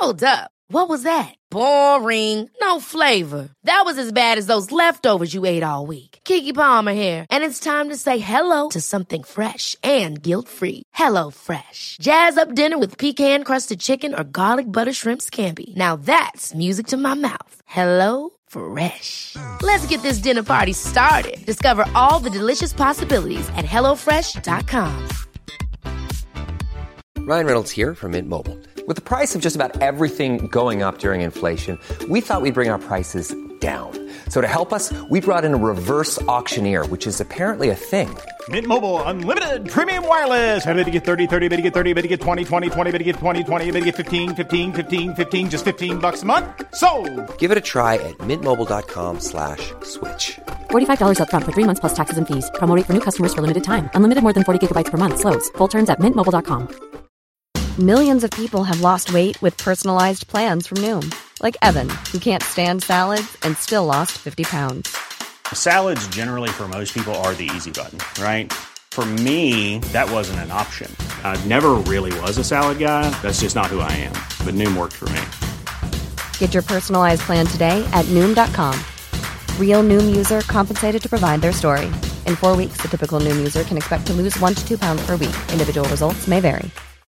Hold up. What was that? Boring. No flavor. That was as bad as those leftovers you ate all week. Keke Palmer here, and it's time to say hello to something fresh and guilt-free. Hello Fresh. Jazz up dinner with pecan-crusted chicken or garlic butter shrimp scampi. Now that's music to my mouth. Hello Fresh. Let's get this dinner party started. Discover all the delicious possibilities at hellofresh.com. Ryan Reynolds here from Mint Mobile. With the price of just about everything going up during inflation, we thought we'd bring our prices down. So to help us, we brought in a reverse auctioneer, which is apparently a thing. Mint Mobile Unlimited Premium Wireless. How to get 30, 30, how to get 30, how to get 20, 20, 20, how to get 20, 20, how to get 15, 15, 15, 15, just $15 a month? Sold! Give it a try at mintmobile.com/switch. $45 up front for 3 months plus taxes and fees. Promo rate for new customers for limited time. Unlimited more than 40 gigabytes per month. Slows full terms at mintmobile.com. Millions of people have lost weight with personalized plans from Noom. Like Evan, who can't stand salads and still lost 50 pounds. Salads generally for most people are the easy button, right? For me, that wasn't an option. I never really was a salad guy. That's just not who I am. But Noom worked for me. Get your personalized plan today at Noom.com. Real Noom user compensated to provide their story. In 4 weeks, the typical Noom user can expect to lose 1 to 2 pounds per week. Individual results may vary.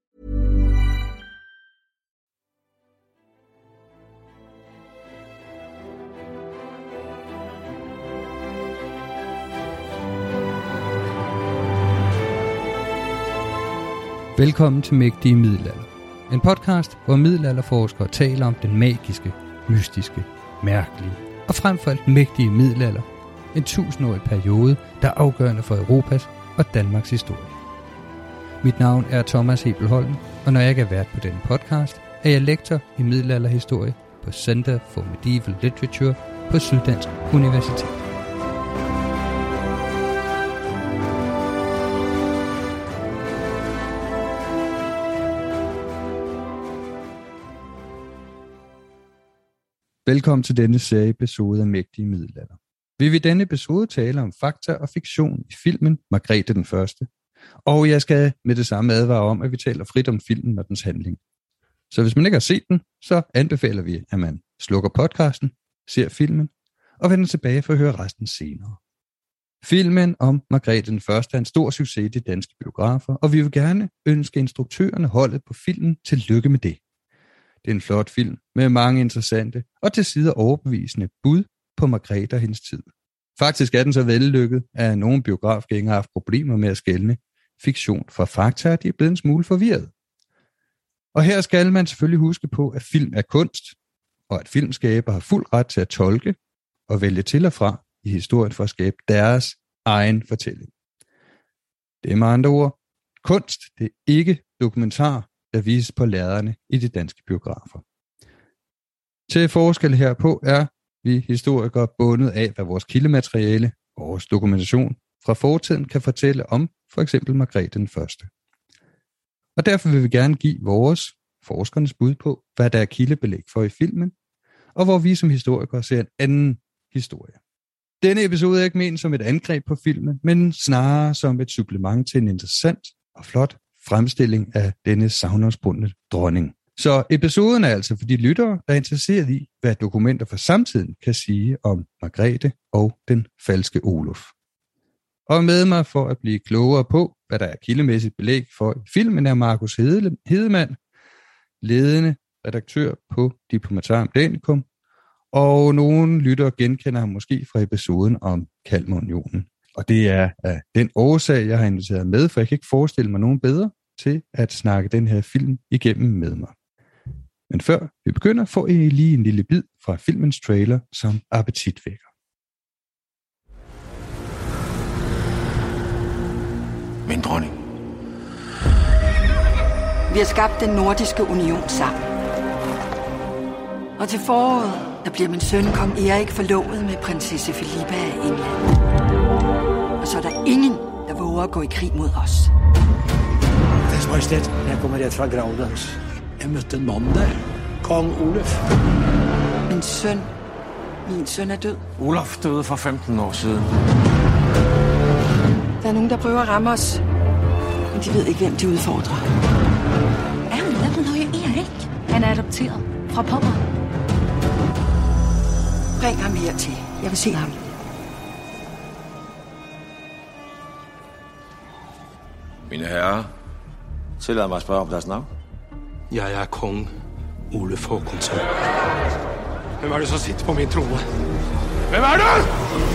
Velkommen til Mægtige Middelalder. En podcast, hvor middelalderforskere taler om den magiske, mystiske, mærkelige og frem for alt mægtige middelalder. En 1000-årig periode, der er afgørende for Europas og Danmarks historie. Mit navn er Thomas Hebelholm, og når jeg ikke er vært på denne podcast, er jeg lektor i middelalderhistorie på Center for Medieval Literature på Syddansk Universitet. Velkommen til denne serieepisode af Mægtige Middelalder. Vi vil i denne episode tale om fakta og fiktion i filmen Margrethe den Første. Og jeg skal med det samme advare om, at vi taler frit om filmen og dens handling. Så hvis man ikke har set den, så anbefaler vi, at man slukker podcasten, ser filmen og vender tilbage for at høre resten senere. Filmen om Margrethe den Første er en stor succes i de danske biografer, og vi vil gerne ønske instruktørerne holdet på filmen til lykke med det. Det er en flot film med mange interessante og til sider overbevisende bud på Margrethe og hendes tid. Faktisk er den så vellykket, at nogle biografgængere har haft problemer med at skelne fiktion fra fakta, og de er blevet en smule forvirret. Og her skal man selvfølgelig huske på, at film er kunst, og at filmskaber har fuld ret til at tolke og vælge til og fra i historien for at skabe deres egen fortælling. Det er med andre ord kunst, det er ikke dokumentar, der vises på lærrederne i de danske biografer. Til forskel herpå er vi historikere bundet af, hvad vores kildemateriale og vores dokumentation fra fortiden kan fortælle om for eksempel Margrethe den Første. Og derfor vil vi gerne give vores forskernes bud på, hvad der er kildebelæg for i filmen, og hvor vi som historikere ser en anden historie. Denne episode er ikke ment som et angreb på filmen, men snarere som et supplement til en interessant og flot fremstilling af denne sagnomspundne dronning. Så episoden er altså for de lyttere, der er interesseret i, hvad dokumenter fra samtiden kan sige om Margrethe og den falske Oluf. Og med mig for at blive klogere på, hvad der er kildemæssigt belæg for i filmen, er Markus Hedemann, ledende redaktør på Diplomatarum Danicum, og nogle lyttere genkender ham måske fra episoden om Kalmarunionen. Og det er af den årsag, jeg har inviteret med, for jeg kan ikke forestille mig nogen bedre til at snakke den her film igennem med mig. Men før vi begynder, får I lige en lille bid fra filmens trailer som appetitvækker. Min dronning. Vi har skabt den nordiske union sammen. Og til foråret, der bliver min søn kong Erik forlovet med prinsesse Filippa af England. Og så er der ingen, der våger at gå i krig mod os. Deres Majestæt, jeg kommer rett fra Graudans. Jeg mødte en mand der. Kong Olaf. Min søn er død. Olaf døde for 15 år siden. Der er nogen, der prøver at ramme os. Men de ved ikke, hvem de udfordrer. Äntligen har ju Erik. Han er adopteret deporteret fra Pommern. Ring ham her til. Jeg vil se ham. Mine herrer, tillad mig at spørge om deres navn. Jeg er kong Ole Fåkonsen. Hvem er det, som sitter på min trone? Hvem er du?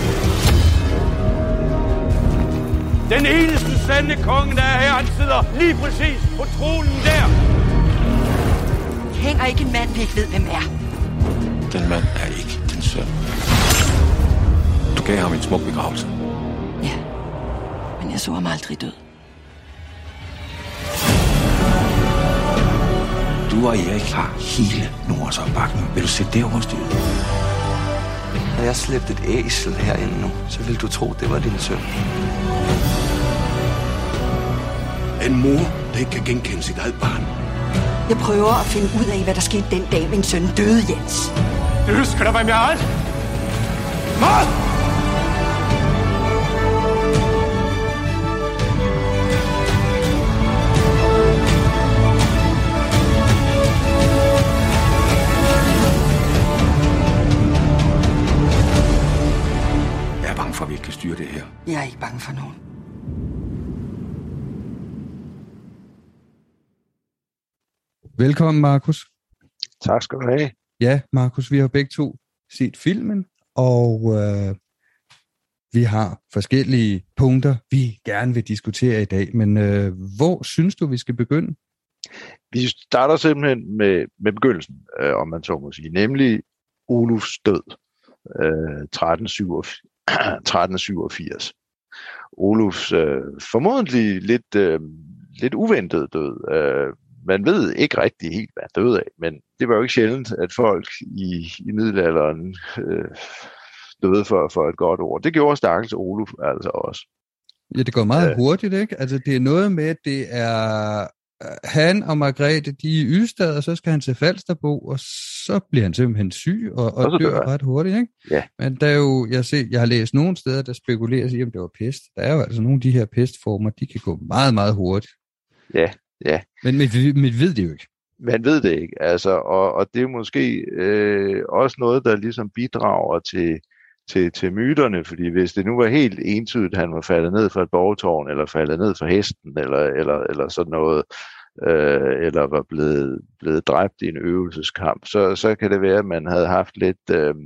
Den eneste sande konge, der er her, han sidder lige præcis på tronen der. Hænger ikke en mand, vi ikke ved, hvem er. Den mand er ikke din søn. Du gav ham en smuk begravelse. Ja, men jeg så ham aldrig død. Du og Erik har hele Nordens opbakning. Vil du sætte det over styret? Havde jeg slæbt et æsel herinde nu, så ville du tro, det var din søn. En mor, der ikke kan genkende sit eget barn. Jeg prøver at finde ud af, hvad der skete den dag, min søn døde, Jens. Du husker da, hvem jeg er? Mor! Jeg er bange for, at vi ikke kan styre det her. Jeg er ikke bange for nogen. Velkommen, Markus. Tak skal du have. Ja, Markus, vi har begge to set filmen, og vi har forskellige punkter, vi gerne vil diskutere i dag. Men hvor synes du, vi skal begynde? Vi starter simpelthen med begyndelsen, om man så må sige, nemlig Olufs død, 1387. Olufs formodentlig lidt uventet død. Man ved ikke rigtig helt, hvad han døde af, men det var jo ikke sjældent, at folk i middelalderen døde for et godt ord. Det gjorde stakkels Oluf altså også. Ja, det går meget hurtigt, ikke? Altså, det er noget med, at det er han og Margrethe, de er i Ystad, og så skal han til Falsterbo, og så bliver han simpelthen syg og dør ret hurtigt, ikke? Ja. Men der er jo, jeg har læst nogle steder, der spekuleres i, om det var pest. Der er jo altså nogle af de her pestformer, de kan gå meget, meget hurtigt. Ja. Men vi ved det jo ikke. Man ved det ikke, altså, og det er måske også noget, der ligesom bidrager til myterne, fordi hvis det nu var helt entydigt, at han var faldet ned fra et borgtårn, eller faldet ned fra hesten, eller sådan noget, eller var blevet dræbt i en øvelseskamp, så kan det være, at man havde haft lidt,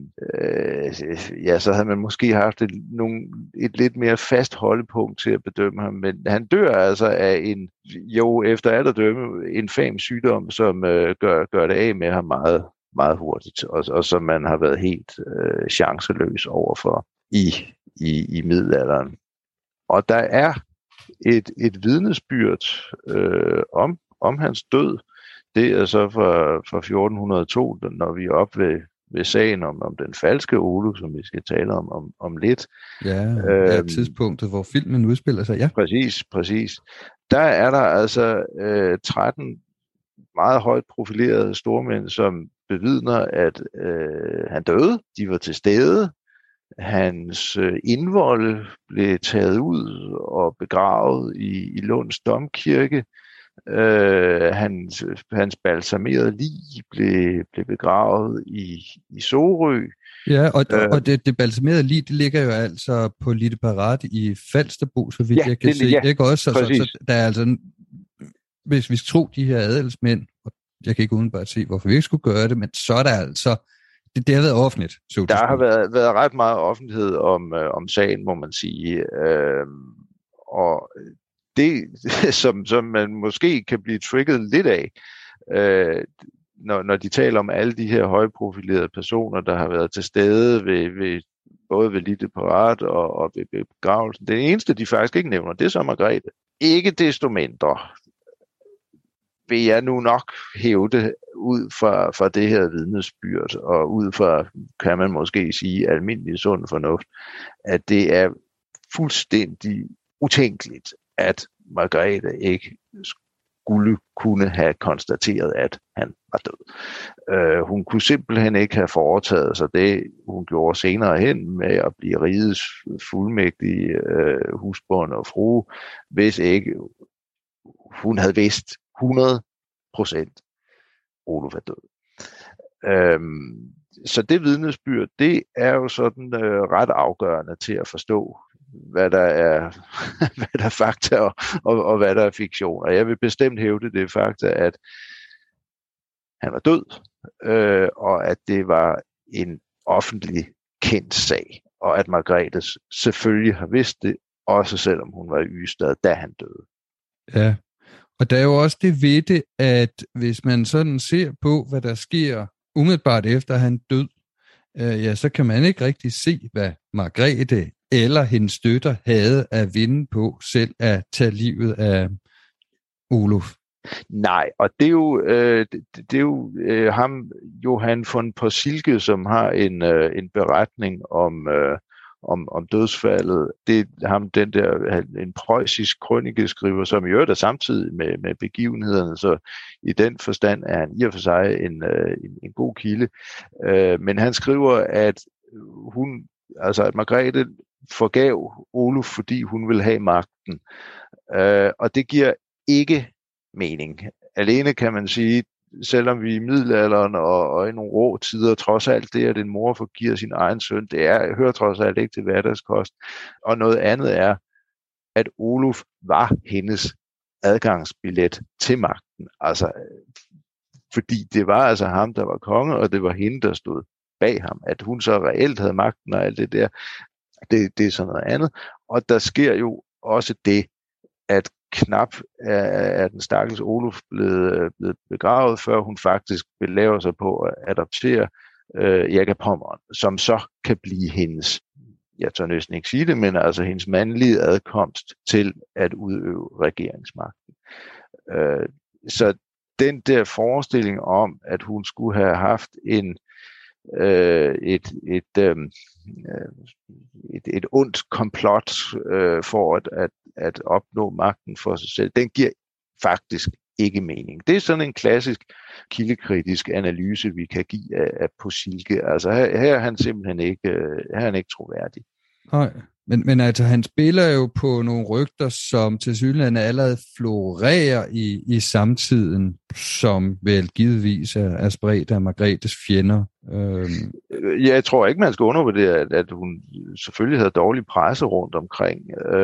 så havde man måske haft et lidt mere fast holdepunkt til at bedømme ham, men han dør altså af efter alt at dømme, en infam sygdom, som gør det af med ham meget, meget hurtigt, og som man har været helt chanceløs overfor i middelalderen. Og der er et vidnesbyrd om hans død. Det er så fra 1402, når vi er oppe ved sagen om den falske Oluf, som vi skal tale om lidt. Ja, tidspunktet, hvor filmen udspiller sig, ja. Præcis. Der er der altså 13 meget højt profilerede stormænd, som bevidner, at han døde. De var til stede. Hans indvold blev taget ud og begravet i Lunds Domkirke. Hans balsamerede lig blev begravet i Sorø. Ja, og det balsamerede lig, det ligger jo altså på Litte Parat i Falsterbo, så vidt jeg kan se. Ikke også? Så der er altså, hvis vi skal tro de her adelsmænd, og jeg kan ikke udenbart se, hvorfor vi ikke skulle gøre det, men så er der altså, det har været offentligt. Der har været ret meget offentlighed om sagen, må man sige. Og det, som man måske kan blive trigget lidt af, når de taler om alle de her højprofilerede personer, der har været til stede både ved Litte Parat og ved begravelsen. Det eneste, de faktisk ikke nævner, det er så Margrethe. Ikke desto mindre vil jeg nu nok hævde ud fra det her vidnesbyrd, og ud fra, kan man måske sige, almindelig sund fornuft, at det er fuldstændig utænkeligt, at Margrethe ikke skulle kunne have konstateret, at han var død. Hun kunne simpelthen ikke have foretaget sig det, hun gjorde senere hen med at blive rigets fuldmægtige husbond og frue, hvis ikke hun havde vidst 100% Oluf er død. Så det vidnesbyrd, det er jo sådan ret afgørende til at forstå, hvad der er fakta og hvad der er fiktion. Og jeg vil bestemt hævde det fakta, at han var død, og at det var en offentlig kendt sag, og at Margrethe selvfølgelig har vidst det, også selvom hun var i Ystad, da han døde. Ja, og der er jo også det ved det, at hvis man sådan ser på, hvad der sker umiddelbart efter han død, så kan man ikke rigtig se, hvad Margrethe eller hendes støtter havde at vinde på selv at tage livet af Oluf. Nej, og det er jo ham, Johan von Porsilke, som har en beretning om dødsfaldet. Det er ham, en preussisk krønikeskriver, som i øvrigt er samtidig med begivenhederne, så i den forstand er han i og for sig en god kilde. Men han skriver, at at Margrethe forgav Oluf, fordi hun ville have magten. Og det giver ikke mening. Alene kan man sige, selvom vi i middelalderen og i nogle rå tider, trods alt det, at en mor forgiver sin egen søn, hører trods alt ikke til hverdagskost. Og noget andet er, at Oluf var hendes adgangsbillet til magten. Altså, fordi det var altså ham, der var konge, og det var hende, der stod bag ham. At hun så reelt havde magten og alt det der, det er sådan noget andet. Og der sker jo også det, at knap er den stakkels Oluf blevet begravet, før hun faktisk belæver sig på at adoptere Erik af Pommern, som så kan blive hendes, jeg tør næsten ikke sige det, men altså hendes mandlige adkomst til at udøve regeringsmagten. Så den der forestilling om, at hun skulle have haft et ondt komplot for at opnå magten for sig selv, den giver faktisk ikke mening. Det er sådan en klassisk kildekritisk analyse, vi kan give af Porsilke. Altså her er han simpelthen ikke troværdig. Nej, men altså han spiller jo på nogle rygter, som tilsyneladende allerede florerer i samtiden, som vel givetvis er spredt af Margrethes fjender. Jeg tror ikke, man skal undervurdere, at hun selvfølgelig havde dårlig presse rundt omkring,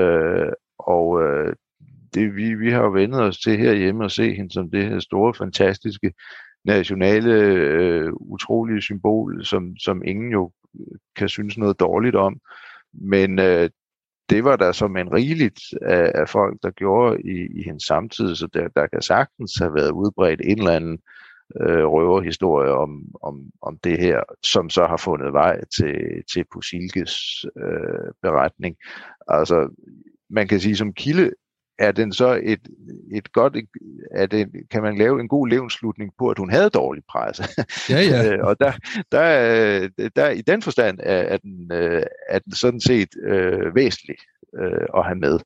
vi har jo vendet os til herhjemme at se hende som det her store, fantastiske, nationale, utrolige symbol, som ingen jo kan synes noget dårligt om. Men det var der som en rigeligt af folk, der gjorde i hendes samtid, så der kan sagtens have været udbredt en eller anden røverhistorie om det her, som så har fundet vej til Porsilkes beretning. Altså, man kan sige, som kilde er den så et godt, kan man lave en god levensslutning på, at hun havde dårlig presse. Ja. Og der i den forstand er den sådan set væsentlig at have med.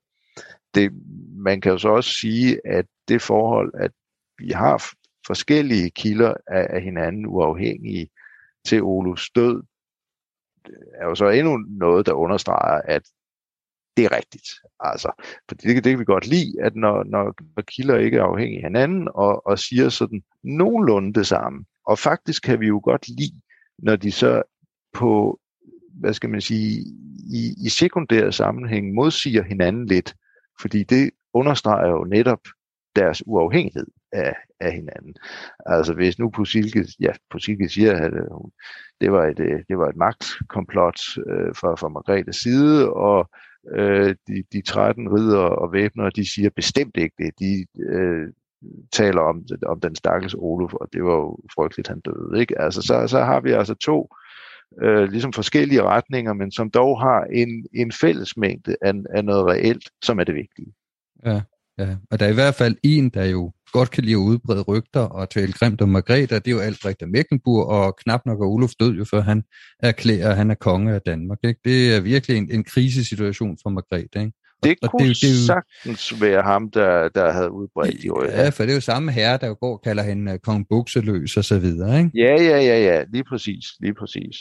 Man kan jo så også sige, at det forhold, at vi har forskellige kilder af hinanden uafhængige til Olufs død, er jo så endnu noget, der understreger, at det er rigtigt. Altså, fordi det kan vi godt lide, at når kilder ikke er afhængige af hinanden og siger sådan nogenlunde det samme. Og faktisk kan vi jo godt lide, når de så på, hvad skal man sige, i sekundære sammenhæng modsiger hinanden lidt, fordi det understreger jo netop deres uafhængighed af hinanden. Altså hvis nu Porsilke siger, at det var et magtkomplot fra Margrethes side, og de 13 riddere og væbnere, de siger bestemt ikke det. De taler om den stakkels Oluf, og det var jo frygteligt, han døde. Ikke? Altså, så har vi altså to ligesom forskellige retninger, men som dog har en fællesmængde af noget reelt, som er det vigtige. Ja, og der er i hvert fald en, der jo godt kan lide at udbrede rygter og tale grimt om Margrethe, det er jo Albrecht af Mecklenburg, og knap nok er Oluf død jo, før han erklærer, at han er konge af Danmark. Ikke? Det er virkelig en krisesituation for Margrethe. Ikke? Det kunne sagtens være ham, der havde udbredt de rygter. Ja, for det er jo samme herre, der jo går og kalder hende kong Bukseløs og så videre. Ikke? Ja, lige præcis.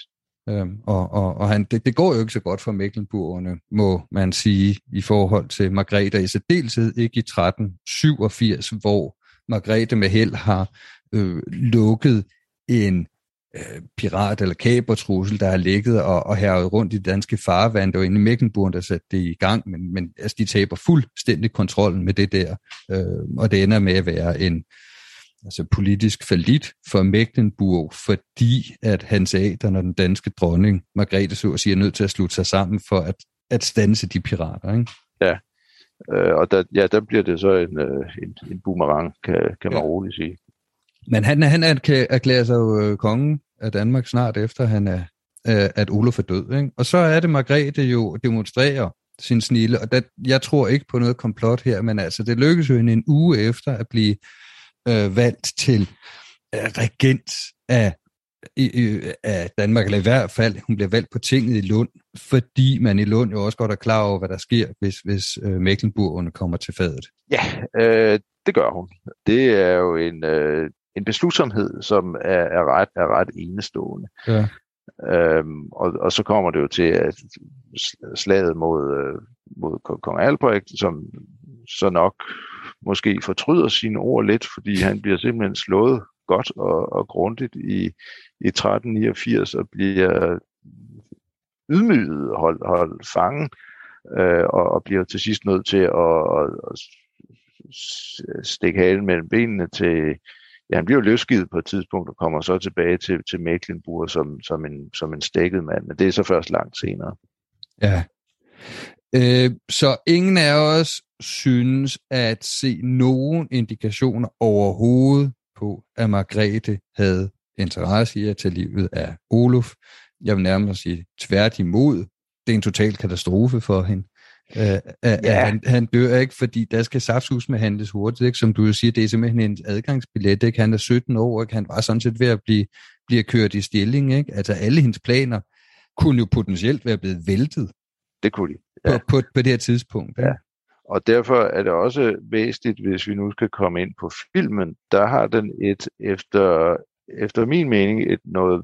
Og det går jo ikke så godt for Mecklenburgerne, må man sige, i forhold til Margrethe, i særdeleshed ikke i 1387, hvor Margrethe med held har lukket en pirat- eller kapertrussel, der har ligget og hærget rundt i det danske farvand. Det var egentlig Mecklenburg, der satte det i gang, men altså, de taber fuldstændig kontrollen med det der, og det ender med at være en politisk fallit for Mecklenburg, fordi at Hans Adrian og den danske dronning, Margrethe, så at sige, er nødt til at slutte sig sammen for at standse de pirater, ikke? Ja, og der bliver det så en boomerang, kan man roligt sige. Men han erklærer sig jo kongen af Danmark snart efter, at Olof er død, ikke? Og så er det, Margrethe jo demonstrerer sin snilde, og jeg tror ikke på noget komplot her, men altså, det lykkes jo en uge efter at blive valgt til regent af Danmark, eller i hvert fald, hun bliver valgt på tinget i Lund, fordi man i Lund jo også godt er klar over, hvad der sker, hvis Mecklenburgerne kommer til fadet. Ja, det gør hun. Det er jo en beslutsomhed, som er ret enestående. Ja. Og så kommer det jo til, at slaget mod kong Albrecht, som så nok måske fortryder sine ord lidt, fordi han bliver simpelthen slået godt og grundigt i 1389 og bliver ydmyget, holdt fangen, og bliver til sidst nødt til at stikke halen mellem benene til, ja, han bliver jo løsgivet på et tidspunkt og kommer så tilbage til Mecklenburg som en stækket mand, men det er så først langt senere. Ja. Så ingen af os synes at se nogen indikationer overhovedet på, at Margrethe havde interesse i at tage livet af Olof. Jeg vil nærmere sige tværtimod. Det er en total katastrofe for hende. Han dør ikke, fordi der skal saftsus med handles hurtigt, ikke? Som du siger, det er simpelthen en adgangsbillet, ikke? Han er 17 år, ikke? Han var sådan set ved at blive kørt i stilling, ikke? Altså alle hendes planer kunne jo potentielt være blevet væltet. Det kunne de. Ja. På det her tidspunkt. Ikke? Ja. Og derfor er det også væsentligt, hvis vi nu skal komme ind på filmen, der har den efter min mening et noget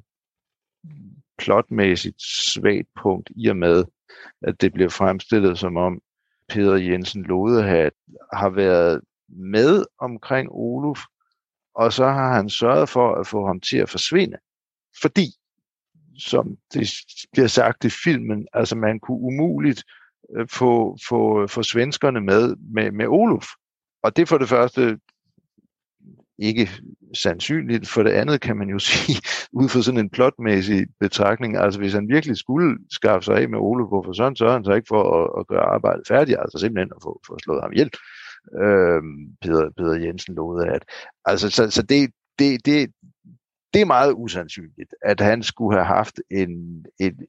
plotmæssigt svagt punkt, i og med, at det bliver fremstillet som om Peter Jensen Lodehat har været med omkring Olof, og så har han sørget for at få ham til at forsvinde. Fordi, som det bliver sagt i filmen, altså man kunne umuligt få svenskerne med Olof. Og det for det første ikke sandsynligt. For det andet kan man jo sige, ud fra sådan en plotmæssig betragtning, altså hvis han virkelig skulle skaffe sig af med Olof, hvorfor sådan sørger han så ikke for at gøre arbejdet færdigt, altså simpelthen at få slået ham ihjel. Peter Jensen lovede at. Altså, så det er meget usandsynligt, at han skulle have haft en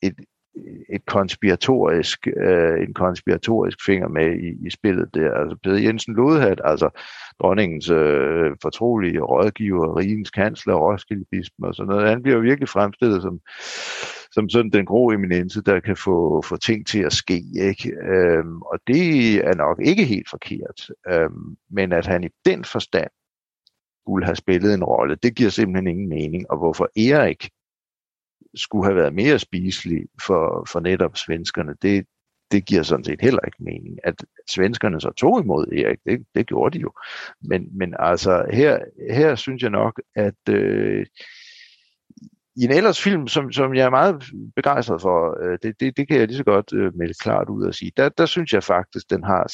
konspiratorisk finger med i spillet der. Altså Peter Jensen Lodehat, altså dronningens fortrolige rådgiver, rigens kansler, Roskildebispen og sådan noget, han bliver virkelig fremstillet som sådan den grå eminence, der kan få ting til at ske, ikke? Og det er nok ikke helt forkert. Men at han i den forstand skulle have spillet en rolle, det giver simpelthen ingen mening. Og hvorfor Erik skulle have været mere spiselig for netop svenskerne, det giver sådan set heller ikke mening. At svenskerne så tog imod Erik, det gjorde de jo. Men altså, her synes jeg nok, at i en ellers film, som jeg er meget begejstret for, det kan jeg lige så godt melde klart ud og sige, der synes jeg faktisk, den har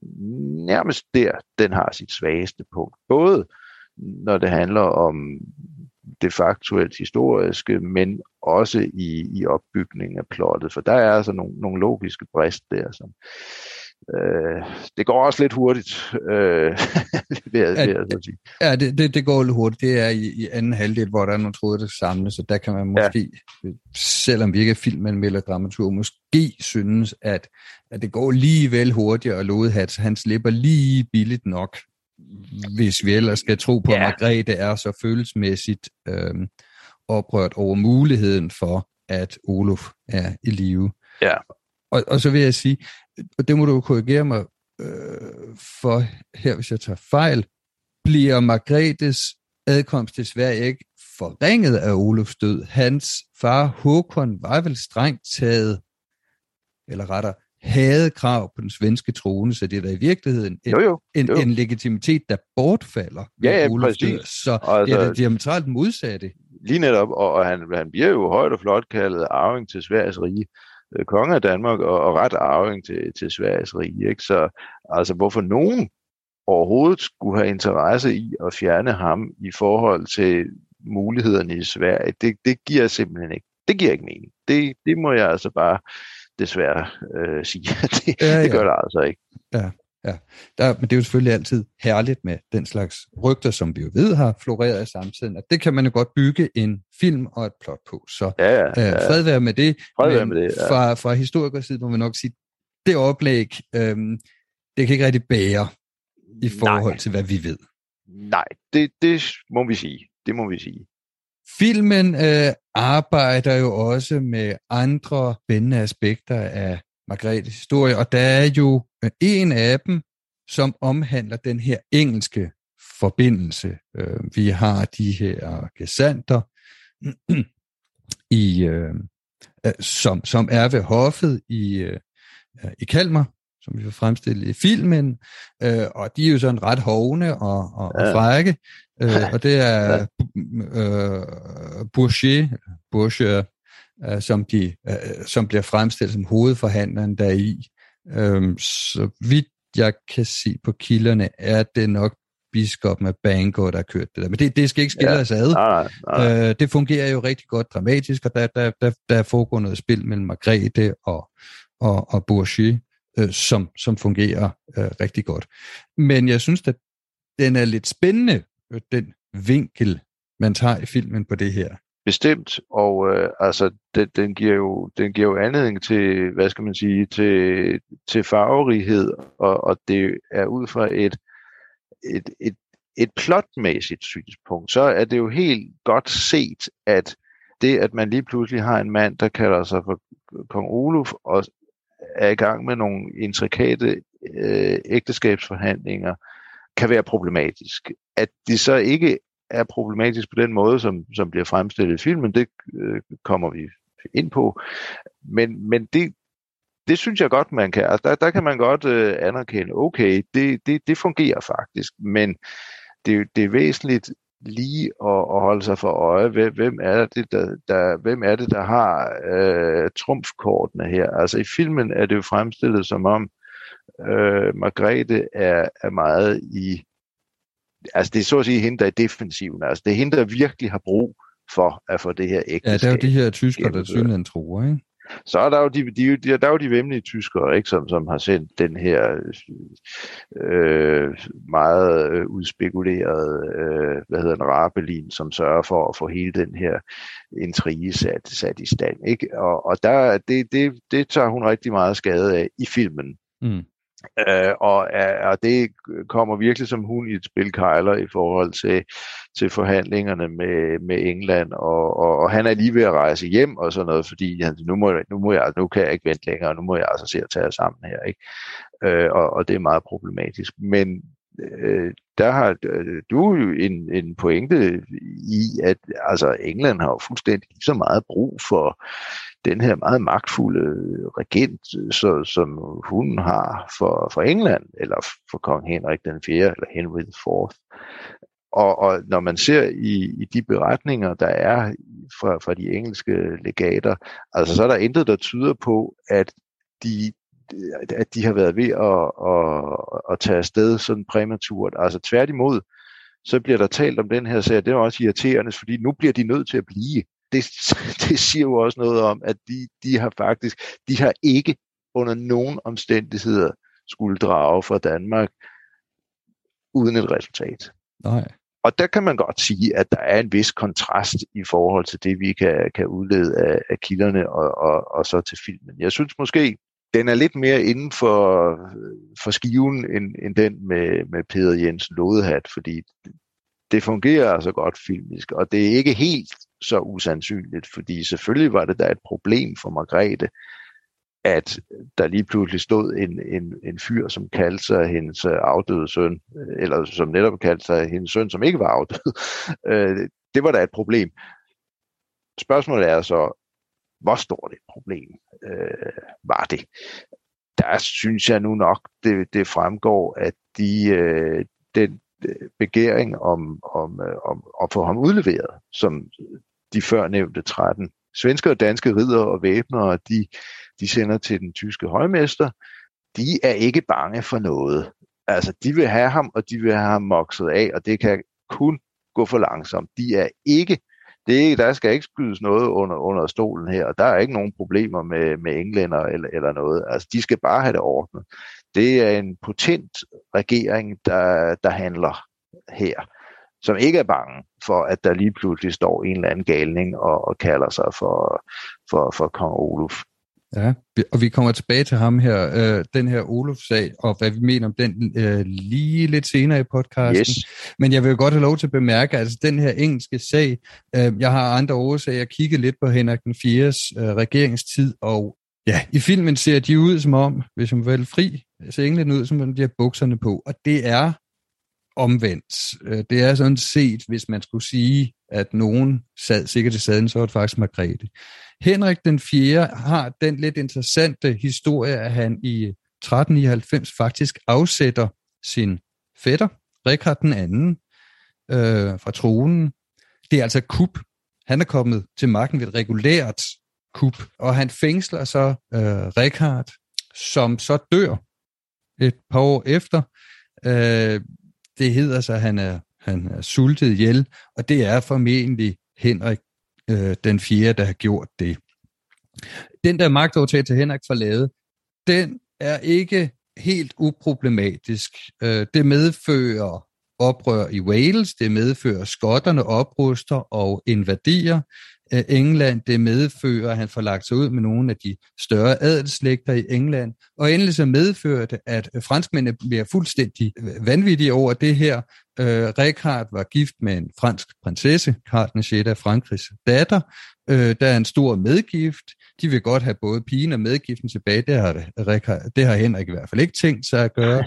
sit svageste punkt. Både når det handler om det faktuelt historiske, men også i opbygningen af plottet, for der er altså nogle logiske brist der, som det går også lidt hurtigt, vil jeg så sige. Ja, det går lidt hurtigt. Det er i anden halvdel, hvor der er nogle tråde, der samles, så der kan man måske, selvom vi ikke er filmanmelder dramaturg, måske synes, at det går lige vel hurtigt, og Lodehat, han slipper lige billigt nok, hvis vi ellers skal tro på, at Margrethe er så følelsesmæssigt oprørt over muligheden for, at Olof er i live. Ja. Og så vil jeg sige, og det må du korrigere mig for her, hvis jeg tager fejl, bliver Margrethes adkomst til Sverige ikke forringet af Olofs død. Hans far Håkon var vel strengt taget, eller rettere, havde krav på den svenske trone, så det er der i virkeligheden en legitimitet, der bortfalder ved Olofs død. Så altså, det er det diametralt modsatte. Lige netop, og han bliver jo højt og flot kaldet arving til Sveriges rige, konge af Danmark, og ret arving til Sveriges rige. Ikke? Så altså, hvorfor nogen overhovedet skulle have interesse i at fjerne ham i forhold til mulighederne i Sverige, det giver simpelthen ikke. Det giver ikke mening. Det må jeg altså bare desværre sige. Det gør det altså ikke. Ja. Men det er jo selvfølgelig altid herligt med den slags rygter, som vi jo ved har floreret i samtiden, og det kan man jo godt bygge en film og et plot på. Så fred være med det. Fra historikers side må man nok sige, det oplæg, det kan ikke rigtig bære i forhold til, hvad vi ved. Nej, det må vi sige. Det må vi sige. Filmen arbejder jo også med andre spændende aspekter af Margrethes historie, og der er jo en af dem, som omhandler den her engelske forbindelse. Vi har de her gesandter, som er ved hoffet i Kalmar, som vi får fremstillet i filmen, og de er jo sådan ret hovne og frække, og det er Bourchier, som bliver fremstillet som hovedforhandleren deri. Så vidt jeg kan se på kilderne, er det nok biskoppen af Bangor, der har kørt det der. Men det skal ikke skille os ad. Nej. Det fungerer jo rigtig godt dramatisk, og der foregår noget spil mellem Margrethe og Bourchier, som fungerer rigtig godt. Men jeg synes, at den er lidt spændende, den vinkel, man tager i filmen på det her. Bestemt, og altså den giver jo anledning til, hvad skal man sige, til farverighed, og det er ud fra et plotmæssigt synspunkt, så er det jo helt godt set, at det, at man lige pludselig har en mand, der kalder sig for kong Oluf, og er i gang med nogle intrikate ægteskabsforhandlinger, kan være problematisk. At det så ikke er problematisk på den måde, som bliver fremstillet i filmen, det kommer vi ind på. Men det synes jeg godt, man kan. Altså, der kan man godt anerkende, okay, det fungerer faktisk, men det er væsentligt lige at holde sig for øje, hvem er det, der har trumfkortene her. Altså i filmen er det jo fremstillet som om Margrethe er meget i, altså det er så at sige hende, der er defensiven. Altså det er hende, der virkelig har brug for at få det her ægteskab. Ja, der er jo de her tyskere, der synligheden tror, ikke? Så er der jo de væmmelige tyskere, ikke, som har sendt den her meget udspekulerede Rabelin, som sørger for at få hele den her intrige sat i stand, ikke? Og der det tager hun rigtig meget skade af i filmen. Mm. Og det kommer virkelig som hun i et spil kejler i forhold til forhandlingerne med England, og han er lige ved at rejse hjem og sådan noget, fordi nu kan jeg ikke vente længere, og nu må jeg altså se at tage sammen her, ikke? Og det er meget problematisk. Men der har du jo en pointe i, at altså England har jo fuldstændig lige så meget brug for den her meget magtfulde regent, som hun har for England, eller for kong Henrik den 4. eller Henry the 4th. Og når man ser i de beretninger, der er fra de engelske legater, altså så er der intet, der tyder på, at de har været ved at tage afsted sådan præmaturt. Altså tværtimod, så bliver der talt om den her sag, det er også irriterende, fordi nu bliver de nødt til at blive. Det siger jo også noget om, at de har ikke under nogen omstændigheder skulle drage fra Danmark uden et resultat. Nej. Og der kan man godt sige, at der er en vis kontrast i forhold til det, vi kan udlede af kilderne og så til filmen. Jeg synes måske, den er lidt mere inden for skiven end den med Peder Jensen Lodehat, fordi det fungerer altså godt filmisk, og det er ikke helt så usandsynligt, fordi selvfølgelig var det da et problem for Margrethe, at der lige pludselig stod en fyr, som kaldte sig hendes afdøde søn, eller som netop kaldte sig hendes søn, som ikke var afdød. Det var da et problem. Spørgsmålet er så, hvor stort et problem var det? Der synes jeg nu nok, det fremgår, at den begæring om at få ham udleveret, som de førnævnte 13 svenske og danske riddere og væbnere, de sender til den tyske højmester. De er ikke bange for noget. Altså, de vil have ham, og de vil have ham mokset af, og det kan kun gå for langsomt. Der skal ikke skydes noget under stolen her, og der er ikke nogen problemer med englænder eller noget. Altså, de skal bare have det ordnet. Det er en potent regering, der handler her, som ikke er bange for, at der lige pludselig står en eller anden galning og kalder sig for kong Oluf. Ja, og vi kommer tilbage til ham her, den her Oluf-sag, og hvad vi mener om den lige lidt senere i podcasten. Yes. Men jeg vil godt have lov til at bemærke, altså den her engelske sag, jeg har andre årsager, jeg kiggede lidt på Henrik den 4's regeringstid, og ja, i filmen ser de ud som om, hvis man vil fri, ser englænderne ud som om de har bukserne på, og det er omvendt. Det er sådan set, hvis man skulle sige, at nogen sad sikkert i sadlen, så var det faktisk Margrethe. Henrik den 4. har den lidt interessante historie, at han i 1399 faktisk afsætter sin fætter, Richard den 2. Fra tronen. Det er altså kup. Han er kommet til magten ved et regulært kup, og han fængsler så Richard, som så dør et par år efter. Det hedder så, at han er sultet ihjel, og det er formentlig Henrik den 4., der har gjort det. Den der magtovertagelse til Henrik får lavet, den er ikke helt uproblematisk. Det medfører oprør i Wales, det medfører skotterne opruster og invaderer England, det medfører, at han får lagt sig ud med nogle af de større adelsslægter i England, og endelig så medfører det, at franskmændene bliver fuldstændig vanvittige over det her. Richard var gift med en fransk prinsesse, Karl den 6. af Frankrigs datter. Der er en stor medgift. De vil godt have både pigen og medgiften tilbage. Det har Henrik i hvert fald ikke tænkt sig at gøre.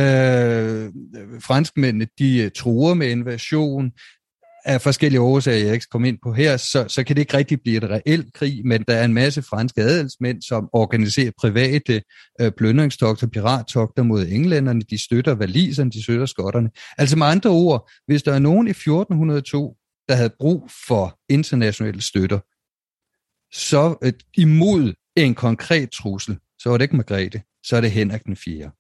Franskmændene, de truer med invasion. Af forskellige årsager, jeg ikke kommer ind på her, så kan det ikke rigtig blive et reelt krig, men der er en masse franske adelsmænd, som organiserer private plyndringstogter, pirattogter mod englænderne, de støtter waliserne, de støtter skotterne. Altså med andre ord, hvis der er nogen i 1402, der havde brug for internationale støtter, så imod en konkret trussel, så var det ikke Margrethe, så er det Henrik den 4.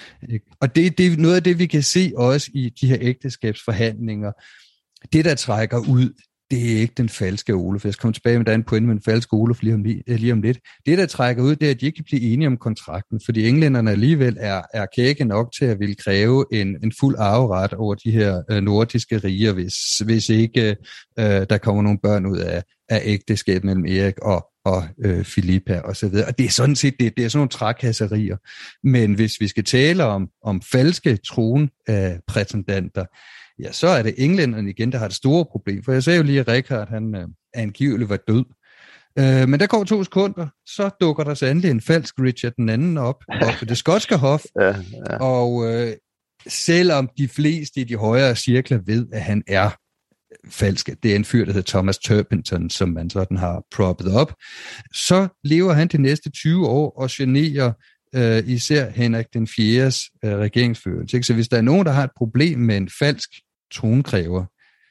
Og det er noget af det, vi kan se også i de her ægteskabsforhandlinger. Det, der trækker ud, det er ikke den falske Oluf. Jeg skal komme tilbage med, der er en pointe med den falske Oluf lige om lidt. Det, der trækker ud, det er, at de ikke kan blive enige om kontrakten, fordi englænderne alligevel er kække nok til at ville kræve en fuld arveret over de her nordiske riger, hvis ikke der kommer nogle børn ud af ægteskab mellem Erik og Filippa og så videre. Og det er sådan set, det er sådan nogle trækasserier. Men hvis vi skal tale om falske tronprætendanter, ja, så er det englænderne igen, der har det store problem. For jeg sagde jo lige, at Richard, han angiveligt var død. Men der går 2 sekunder, så dukker der så endelig en falsk Richard den 2. op på det skotske hof. Ja. Og selvom de fleste i de højere cirkler ved, at han er falsk, det er en fyr, der hedder Thomas Turpinton, som man sådan har proppet op, så lever han de næste 20 år og generer især Henrik den 4's regeringsførelse. Så hvis der er nogen, der har et problem med en falsk tronkræver,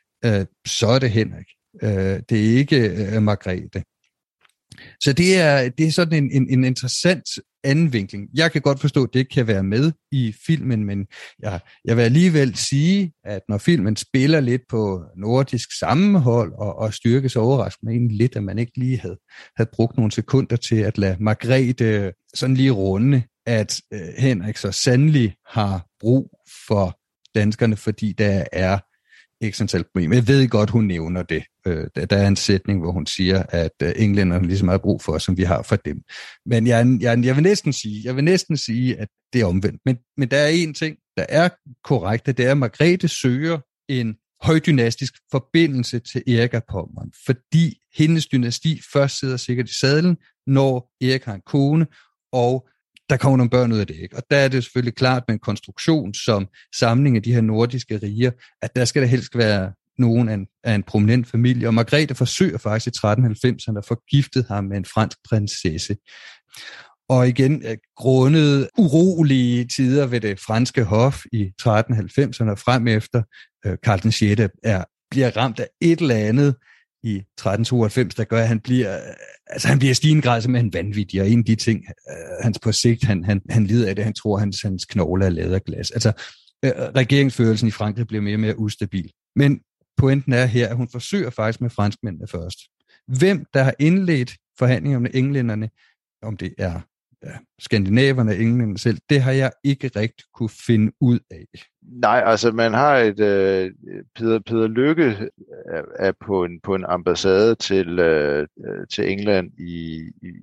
så er det Henrik. Det er ikke Margrethe. Så det er sådan en interessant andenvinkling. Jeg kan godt forstå, at det ikke kan være med i filmen, men jeg vil alligevel sige, at når filmen spiller lidt på nordisk sammenhold og styrke, så overrasker mig egentlig lidt, at man ikke lige havde brugt nogle sekunder til at lade Margrethe sådan lige runde, at Henrik så sandelig har brug for danskerne, fordi der er eksistentielt problem. Jeg ved godt, hun nævner det. Der er en sætning, hvor hun siger, at englænderne ligesom har brug for os, som vi har for dem. Men jeg vil næsten sige, at det er omvendt. Men der er en ting, der er korrekt, det er, at Margrethe søger en højdynastisk forbindelse til Erik af Pommern, fordi hendes dynasti først sidder sikkert i sadlen, når Erik har en kone, og der kommer nogle børn ud af det, ikke? Og der er det selvfølgelig klart med en konstruktion som samling af de her nordiske riger, at der skal der helst være nogen af en prominent familie, og Margrethe forsøger faktisk i 1390'erne at få giftet ham med en fransk prinsesse. Og igen, grundet urolige tider ved det franske hof i 1390'erne og frem efter, Karl den 6. bliver ramt af et eller andet, i 1392, der gør, at han bliver i stigende grad simpelthen vanvittig, og en af de ting, hans på sigt, han lider af det, han tror, hans knogler er lavet af glas. Altså, regeringsførelsen i Frankrig bliver mere og mere ustabil. Men pointen er her, at hun forsøger faktisk med franskmændene først. Hvem, der har indledt forhandlinger med englænderne, om det er skandinaverne og englænderne selv, det har jeg ikke rigtig kunne finde ud af. Nej, altså man har et Peder Lykke er på en ambassade til England i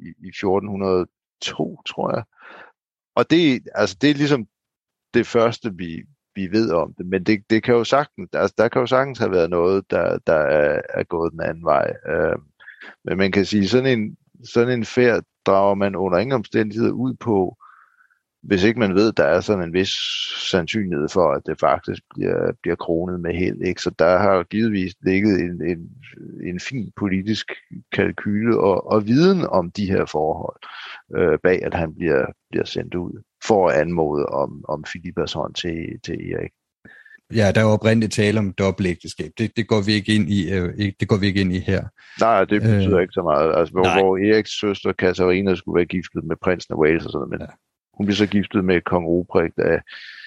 1402, tror jeg. Og det er ligesom det første, vi ved om det, men det kan jo sagtens, der kan jo sagtens have været noget, der er gået den anden vej. Men man kan sige, sådan en færd drager man under ingen omstændigheder ud på, hvis ikke man ved, der er sådan en vis sandsynlighed for, at det faktisk bliver kronet med held. Ikke? Så der har givetvis ligget en fin politisk kalkyle og viden om de her forhold bag, at han bliver sendt ud for at anmode om Filippas hånd til Erik. Ja, der er jo oprindeligt tale om dobbeltægteskab. Det går vi ikke ind i. Det går vi ikke ind i her. Nej, det betyder ikke så meget. Altså, hvor Eriks søster Katarina skulle være giftet med prinsen af Wales og sådan noget, men hun blev så giftet med kong Ruprecht af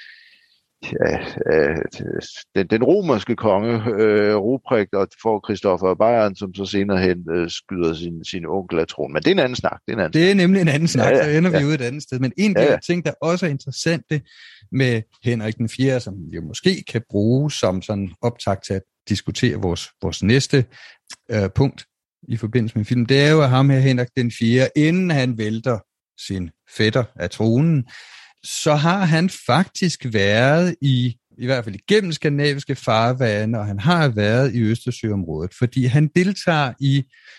den romerske konge Ruprecht, og får Christoffer af Bayern, som så senere hen skyder sin onkel af tronen. Men det er en anden snak. Det er nemlig en anden snak, så ender vi ude et andet sted. Men en af de ting, der også er interessante med Henrik den 4., som vi måske kan bruge som sådan optakt til at diskutere vores næste punkt i forbindelse med filmen, det er jo, at ham her Henrik den 4., inden han vælter sin fætter af tronen, så har han faktisk været i hvert fald igennem skandinaviske farvande, og han har været i Østersøområdet, fordi han deltager i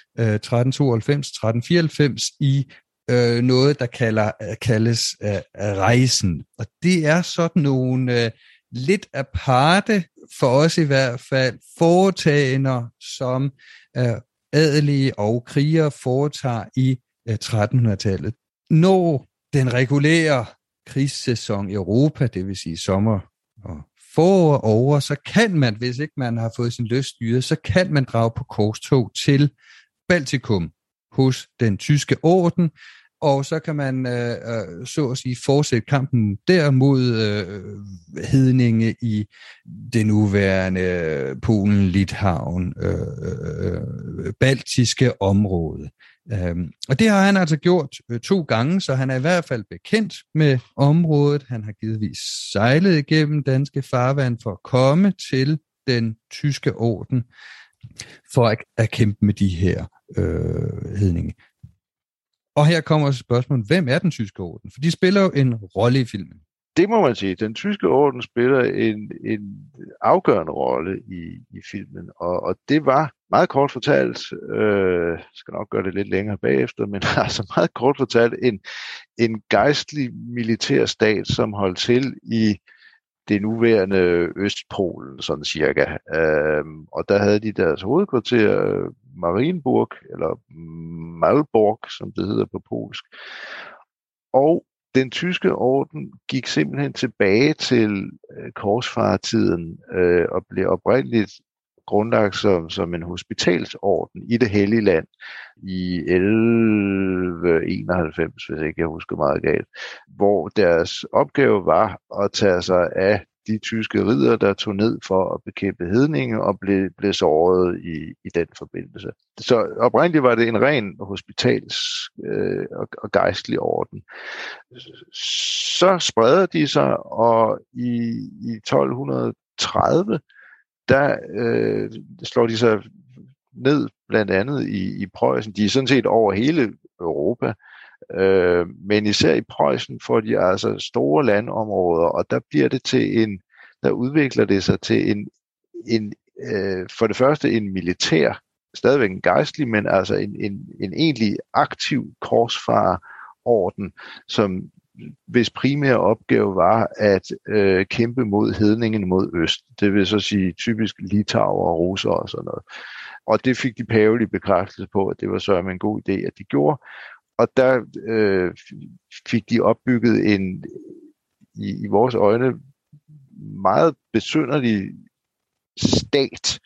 1392-1394 i noget, der kaldes rejsen. Og det er sådan nogle lidt aparte, for os i hvert fald, foretagender, som adelige og krigere foretager i 1300-tallet. Når den regulære krigssæson i Europa, det vil sige sommer og forår over, så kan man, hvis ikke man har fået sin lyst styret, så kan man drage på korstog til Baltikum hos den tyske orden, og så kan man så at sige fortsætte kampen der mod hedninge i det nuværende Polen, Litauen, baltiske område. Og det har han altså gjort 2 gange, så han er i hvert fald bekendt med området. Han har givetvis sejlet igennem danske farvand for at komme til den tyske orden for at kæmpe med de her hedninge. Og her kommer spørgsmålet, hvem er den tyske orden? For de spiller jo en rolle i filmen. Det må man sige. Den tyske orden spiller en afgørende rolle i filmen, og det var meget kort fortalt, skal nok gøre det lidt længere bagefter, men altså meget kort fortalt en gejstlig militær stat, som holdt til i det nuværende Østpolen, sådan cirka. Og der havde de deres hovedkvarter, Marienburg, eller Malbork, som det hedder på polsk. Og den tyske orden gik simpelthen tilbage til korsfarertiden og blev oprindeligt grundlagt som en hospitalsorden i det hellige land i 1191, hvis ikke jeg husker meget galt, hvor deres opgave var at tage sig af de tyske riddere, der tog ned for at bekæmpe hedninge og blev såret i den forbindelse. Så oprindeligt var det en ren hospitals- og gejstlig orden. Så spreder de sig, og i 1230 der slår de sig ned blandt andet i Preussen. De er sådan set over hele Europa, men især i Preussen får de altså store landområder, og der bliver det der udvikler det sig til en for det første en militær, stadigvæk en gejstlig, men altså en egentlig aktiv korsfarerorden, som hvis primære opgave var at kæmpe mod hedningen mod øst. Det vil så sige typisk litauer og russere og sådan noget. Og det fik de pavelige bekræftelse på, at det var så en god idé, at de gjorde. Og der fik de opbygget en, i vores øjne, meget besynderlig stat,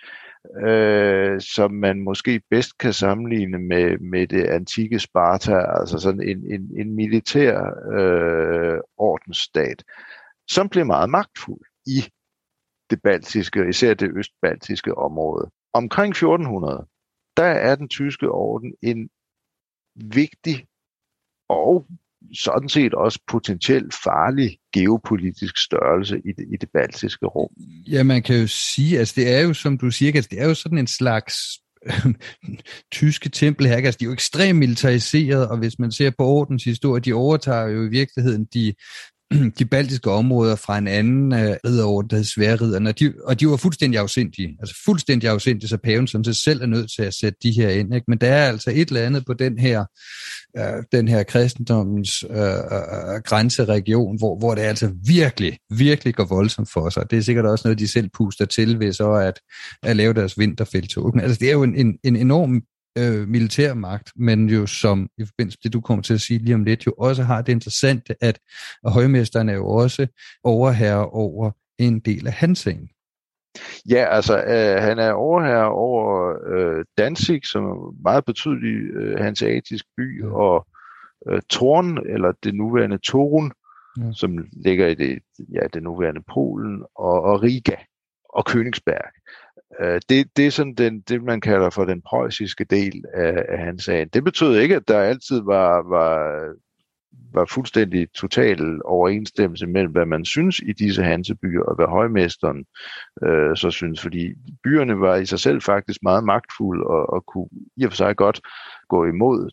som man måske bedst kan sammenligne med det antikke Sparta, altså sådan en militær ordensstat, som blev meget magtfuld i det baltiske, især det østbaltiske område. Omkring 1400, der er den tyske orden en vigtig og sådan set også potentielt farlig geopolitisk størrelse i det baltiske rum. Ja, man kan jo sige, altså det er jo, som du siger, altså det er jo sådan en slags tyske tempel her, altså de er jo ekstremt militariseret, og hvis man ser på ordens historie, de overtager jo i virkeligheden de baltiske områder fra en anden ridderorden, der hed Sværdridderne, og de var fuldstændig afsindige, så paven sådan set selv er nødt til at sætte de her ind. Ikke? Men der er altså et eller andet på den her kristendommens grænseregion, hvor det altså virkelig går voldsomt for sig. Det er sikkert også noget, de selv puster til ved så at lave deres vinterfelttog. Men altså, det er jo en enorm militær magt, men jo som i forbindelse med det, du kommer til at sige lige om lidt, jo også har det interessante, at højmesteren er jo også overherre over en del af Hansaen. Ja, altså han er overherre over Danzig, som er en meget betydelig hanseatisk by, og Thorn, eller det nuværende Torun, som ligger i det nuværende Polen, og Riga og Königsberg. Det er sådan det, man kalder for den preussiske del af Hansaen. Det betød ikke, at der altid var fuldstændig total overensstemmelse mellem, hvad man synes i disse hansebyer, og hvad højmesteren så synes, fordi byerne var i sig selv faktisk meget magtfulde, og kunne i og for sig godt gå imod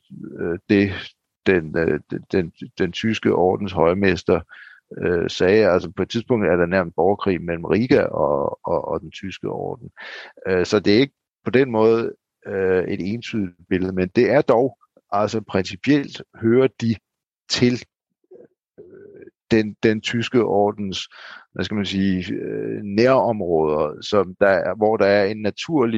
den tyske ordens højmester sagde. Altså på et tidspunkt er der nærmest borgerkrig mellem Riga og den tyske orden. Så det er ikke på den måde et entydigt billede, men det er dog, altså principielt hører de til den tyske ordens, hvad skal man sige, nærområder, hvor der er en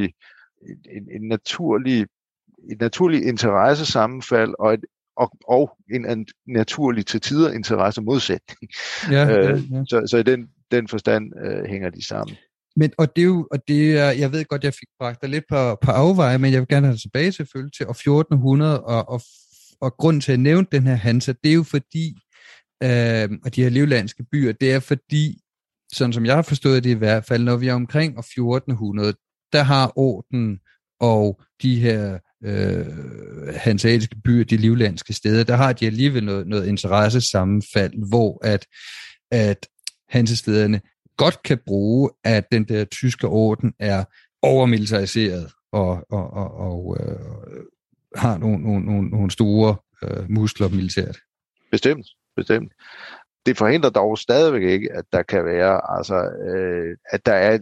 naturlig interessesammenfald og en naturlig til tider interessemodsætning. Ja. Så i den forstand hænger de sammen. Men det er, jeg ved godt, jeg fik bragt dig lidt på afveje, men jeg vil gerne have tilbage selvfølgelig til år 1400, og grunden til at nævne den her Hansa, det er jo fordi, og de her livlandske byer, det er fordi, sådan som jeg har forstået det i hvert fald, når vi er omkring år 1400, der har orden og de her hanseatiske byer, de livlandske steder, der har de alligevel noget interessesammenfald, hvor at hansestederne godt kan bruge, at den der tyske orden er overmilitariseret og har nogle store muskler militært. Bestemt. Det forhindrer dog stadigvæk ikke, at der kan være, at der er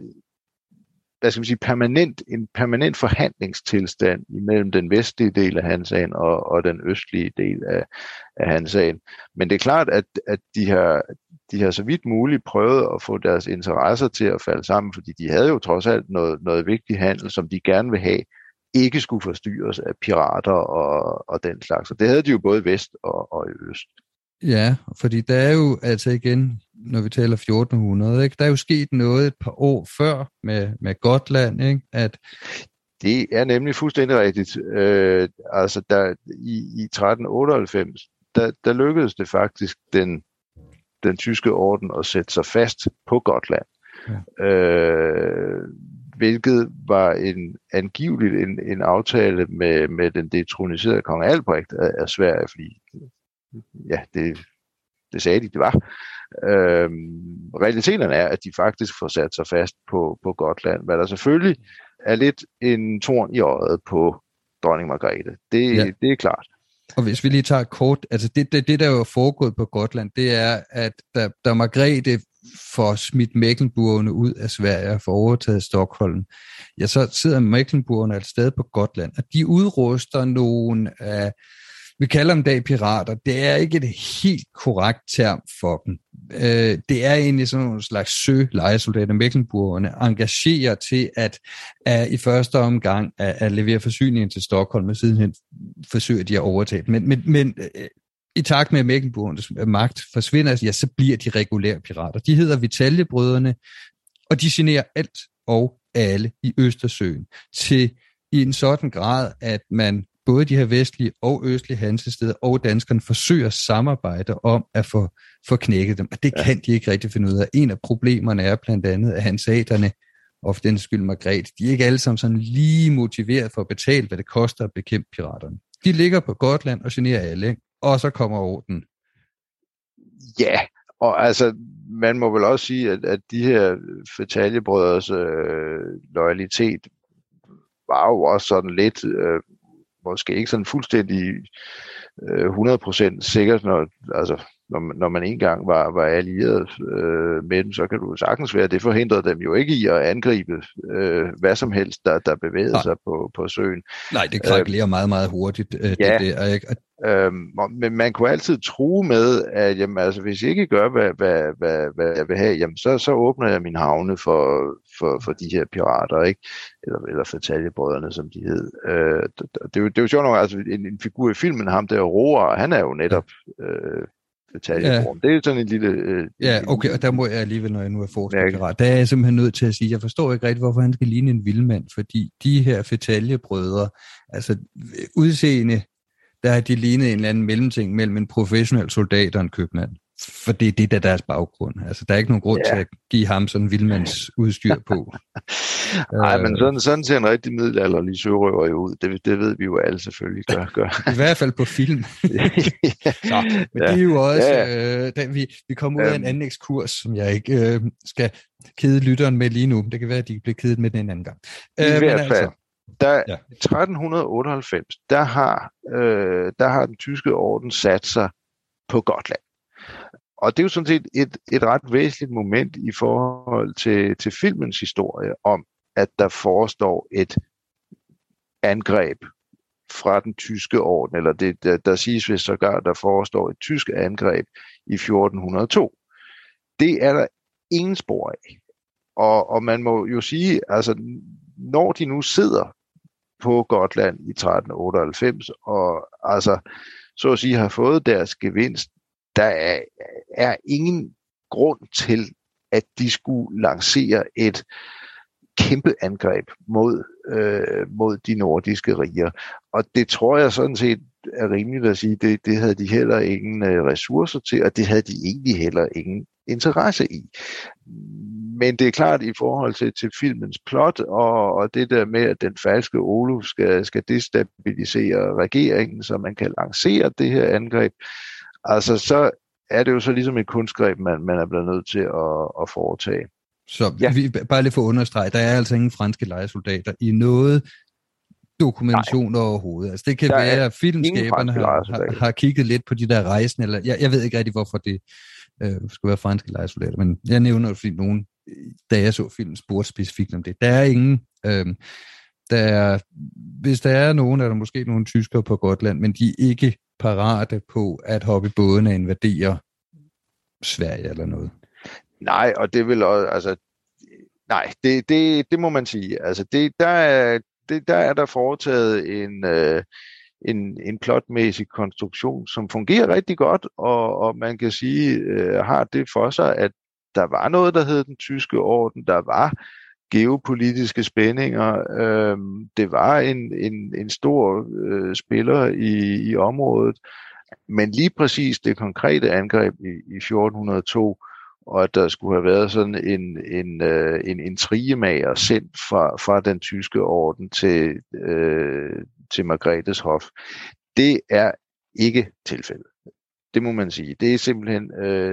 en permanent forhandlingstilstand imellem den vestlige del af Hansaen og den østlige del af Hansaen. Men det er klart, at de har så vidt muligt prøvet at få deres interesser til at falde sammen, fordi de havde jo trods alt noget vigtig handel, som de gerne vil have, ikke skulle forstyrres af pirater og den slags. Og det havde de jo både i vest og i øst. Ja, fordi der er jo altså igen, når vi taler 1400, ikke, der er jo sket noget et par år før med Gotland, ikke? Det er nemlig fuldstændig rigtigt. Der i 1398, der lykkedes det faktisk den tyske orden at sætte sig fast på Gotland. Ja. Hvilket var angiveligt en aftale med den detroniserede kong Albrecht af Sverige, fordi ja, det sagde de, det var. Realiteten er, at de faktisk får sat sig fast på Gotland, hvad der selvfølgelig er lidt en torn i øjet på dronning Margrethe. Det er klart. Og hvis vi lige tager kort, altså det der jo er foregået på Gotland, det er, at da Margrethe får smidt Mecklenburgerne ud af Sverige og får overtaget Stockholm, ja, så sidder Mecklenburgerne et sted på Gotland, og de udruster nogle af, vi kalder dem dag pirater, det er ikke et helt korrekt term for dem. Det er egentlig sådan nogle slags sølejesoldater, Mecklenburgerne engagerer til at i første omgang at levere forsyningen til Stockholm, og sidenhen forsøger de at overtage men i takt med, at Mecklenburgernes magt forsvinder, ja, så bliver de regulære pirater. De hedder Vitaliebrødrene, og de generer alt og alle i Østersøen til i en sådan grad, at man både de her vestlige og østlige hansesteder og danskerne forsøger at samarbejde om at få knækket dem. Og det kan de ikke rigtig finde ud af. En af problemerne er blandt andet, at hansaterne, og for den skyld Margrethe, de er ikke alle sammen sådan lige motiveret for at betale, hvad det koster at bekæmpe piraterne. De ligger på Gotland og generer alle, ikke? Og så kommer orden. Ja, og altså, man må vel også sige, at de her Fetaljebrødres loyalitet var jo også sådan lidt, måske ikke sådan fuldstændig 100% sikkert, når man engang var allieret med dem, så kan du sagtens være, at det forhindrede dem jo ikke i at angribe hvad som helst, der bevægede sig på søen. Nej, det krakelerer meget, meget hurtigt. Det der, ikke? Men man kunne altid true med, at jamen, altså, hvis jeg ikke gør, hvad jeg vil have, jamen, så åbner jeg min havne for de her pirater, ikke? Eller Fetaljebrødrene, som de hed. Det er jo sjovt nok, altså en figur i filmen, ham der Roar, han er jo netop Fetaljebrødren. Det er jo sådan en lille... Okay, og der må jeg alligevel, når jeg nu er forskerpirat, der er jeg simpelthen nødt til at sige, jeg forstår ikke rigtig, hvorfor han skal ligne en vildmand, fordi de her Fetaljebrødre, altså udseende, der har de lignet en eller anden mellemting mellem en professionel soldat og en købmand. For det er det, der er deres baggrund. Altså, der er ikke nogen grund til at give ham sådan en vildmands udstyr på. Nej, men sådan ser en rigtig middelalderlig sørøver jo ud. Det ved vi jo alle selvfølgelig gør. I hvert fald på film. Nå, men det er jo også... Vi kommer ud af en anden ekskurs, som jeg ikke skal kede lytteren med lige nu. Det kan være, at de bliver kedet med den en anden gang. I hvert fald. 1398, der har den tyske orden sat sig på Gotland. Og det er jo sådan set et ret væsentligt moment i forhold til filmens historie om, at der forestår et angreb fra den tyske orden, eller der siges vist sågar, der forestår et tysk angreb i 1402. Det er der ingen spor af. Og man må jo sige, altså når de nu sidder på Gotland i 1398, og altså så at sige har fået deres gevinst, der er ingen grund til, at de skulle lancere et kæmpe angreb mod de nordiske riger. Og det tror jeg sådan set er rimeligt at sige, det havde de heller ingen ressourcer til, og det havde de egentlig heller ingen interesse i. Men det er klart i forhold til filmens plot, og det der med, at den falske Oluf skal destabilisere regeringen, så man kan lancere det her angreb, altså så er det jo så ligesom et kunstgreb, man er blevet nødt til at foretage. Så vi bare lige for at understrege, der er altså ingen franske lejesoldater i noget dokumentation overhovedet. Altså det kan være, at filmskaberne har kigget lidt på de der rejsende, eller jeg ved ikke rigtig, hvorfor det skulle være franske lejesoldater, men jeg nævner det, fordi nogen, da jeg så filmen, spurgte specifikt om det. Der er ingen... hvis der er nogen, er der måske nogle tyskere på Gotland, men de er ikke parate på at hoppe i båden og invadere Sverige eller noget. Nej, og det vil også, altså, nej, det må man sige. Altså, der er der foretaget en plotmæssig konstruktion, som fungerer rigtig godt, og man kan sige, har det for sig, at der var noget, der hed den tyske orden, der var geopolitiske spændinger. Det var en stor spiller i området, men lige præcis det konkrete angreb i 1402, og at der skulle have været sådan en intrigemager sendt fra den tyske orden til Margrethes hof, det er ikke tilfældet. Det må man sige. Det er simpelthen,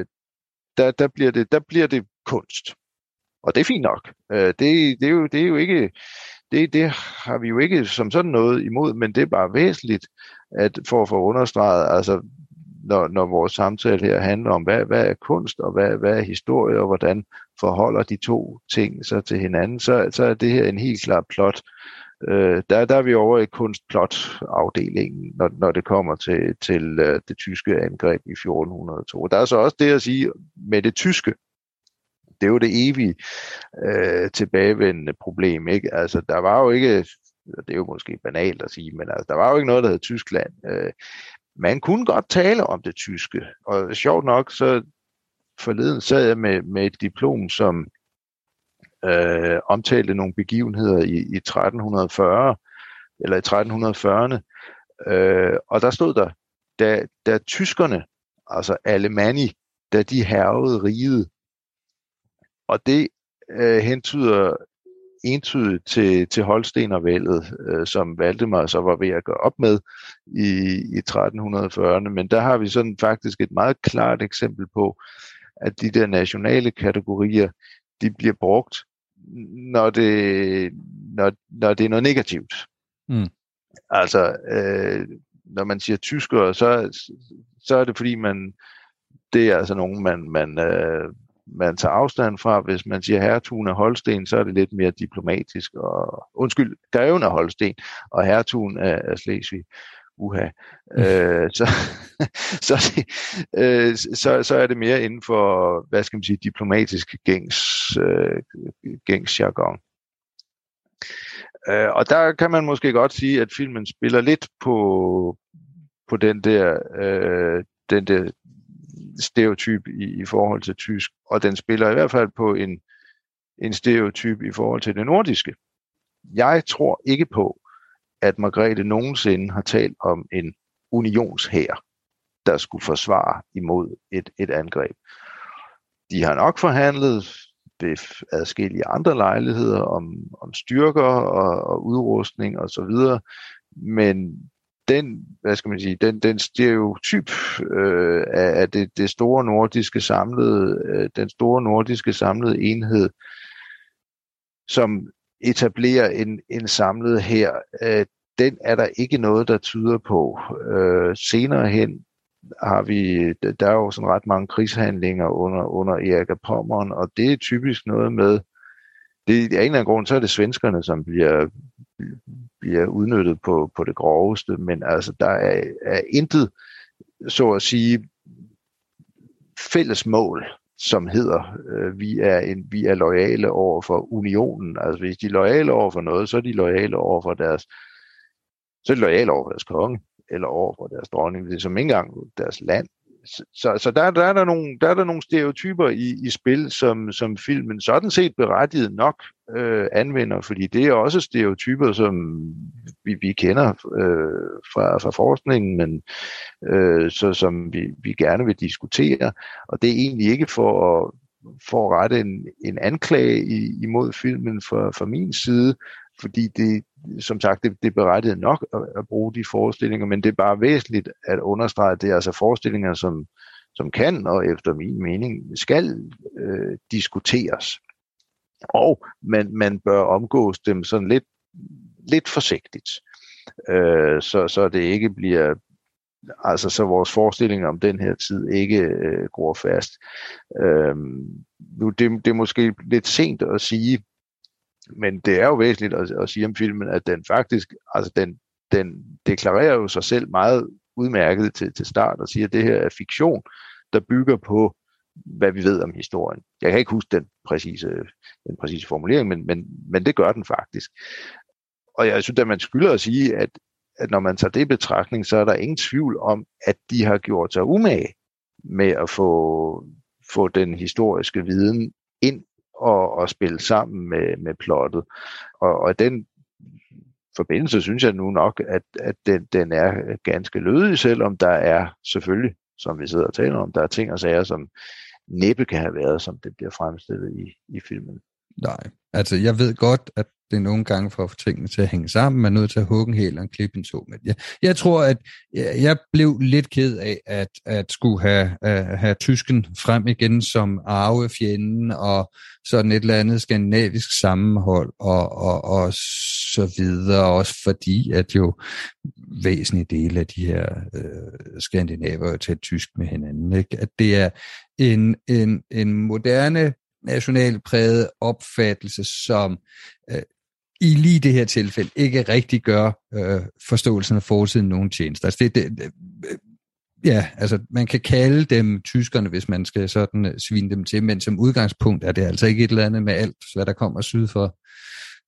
der bliver det kunst. Og det er fint nok. Det er jo ikke, det har vi jo ikke som sådan noget imod, men det er bare væsentligt, at for at få understreget, altså når vores samtale her handler om, hvad er kunst, og hvad er historie, og hvordan forholder de to ting så til hinanden, så er det her en helt klar plot. Der er vi over i kunstplot-afdelingen, når det kommer til det tyske angreb i 1402. Der er så også det at sige med det tyske. Det er jo det evige tilbagevendende problem, ikke? Altså, der var jo ikke, det er jo måske banalt at sige, men altså, der var jo ikke noget, der hed Tyskland. Man kunne godt tale om det tyske, og sjovt nok, så forleden sad jeg med et diplom, som omtalte nogle begivenheder i 1340, eller i 1340'erne, og der stod der, da tyskerne, altså Alemanni, da de hærgede riget, og det hentyder entydigt til Holstenervældet, som Valdemar så var ved at gå op med i 1340'erne, men der har vi sådan faktisk et meget klart eksempel på, at de der nationale kategorier, de bliver brugt, når det er noget negativt. Mm. Altså, når man siger tyskere, så er det fordi, det er altså nogen, man tager afstand fra. Hvis man siger hertugen af Holsten, så er det lidt mere diplomatisk. Greven af Holsten og hertugen af Slesvig. Så er det mere inden for, hvad skal man sige, diplomatisk gængs jargon. Og der kan man måske godt sige, at filmen spiller lidt på den der stereotyp i forhold til tysk, og den spiller i hvert fald på en stereotyp i forhold til det nordiske. Jeg tror ikke på, at Margrethe nogensinde har talt om en unionshær, der skulle forsvare imod et angreb. De har nok forhandlet ved adskillige andre lejligheder om styrker og udrustning og så videre, men den, hvad skal man sige, den stereotyp af det store nordiske samlede, den store nordiske samlede enhed, som etablerer en samlet hær, den er der ikke noget, der tyder på. Senere hen har vi, der er jo sådan ret mange krigshandlinger under Erik af Pommern, og det er typisk noget med, det er en eller anden grund, så er det svenskerne, som bliver udnyttet på det groveste, men altså der er intet, så at sige, fælles mål, som hedder, vi er loyale over for unionen. Altså hvis de er loyale over for noget, så er de loyale over for deres konge, eller over for deres dronning, det er som ikke engang deres land. Så der er der nogle stereotyper i spil, som filmen sådan set berettiget nok anvender, fordi det er også stereotyper, som vi kender fra forskningen, men som vi gerne vil diskutere, og det er egentlig ikke for at rette en anklage imod filmen fra min side, fordi det, som sagt, det er berettiget nok at bruge de forestillinger, men det er bare væsentligt at understrege, at det er altså forestillinger, som kan, og efter min mening, skal diskuteres. Og man bør omgås dem sådan lidt forsigtigt, så det ikke bliver, altså så vores forestillinger om den her tid ikke går fast. Nu det er måske lidt sent at sige, men det er jo væsentligt at sige om filmen, at den faktisk, altså den deklarerer jo sig selv meget udmærket til start og siger, at det her er fiktion, der bygger på, hvad vi ved om historien. Jeg kan ikke huske den præcise formulering, men det gør den faktisk. Og jeg synes, at man skylder at sige, at når man tager det i betragtning, så er der ingen tvivl om, at de har gjort sig umage med at få den historiske viden ind og spille sammen med plottet. Og den forbindelse synes jeg nu nok, at den er ganske lødig, selvom der er selvfølgelig, som vi sidder og taler om, der er ting og sager, som næppe kan have været, som det bliver fremstillet i filmen. Nej, altså jeg ved godt, at det er nogle gange for at få tingene til at hænge sammen, man er nødt til at hugge en hel og en klip en to. Men jeg tror, at jeg blev lidt ked af at skulle have tysken frem igen som arvefjenden og sådan et eller andet skandinavisk sammenhold og så videre, også fordi at jo væsentlige dele af de her skandinaver til tysk med hinanden, ikke? At det er en moderne nationalpræget opfattelse, som i lige det her tilfælde ikke rigtig gør forståelsen af fortiden nogen tjenester. Altså altså man kan kalde dem tyskerne, hvis man skal sådan svine dem til, men som udgangspunkt er det altså ikke et eller andet med alt, hvad der kommer syd for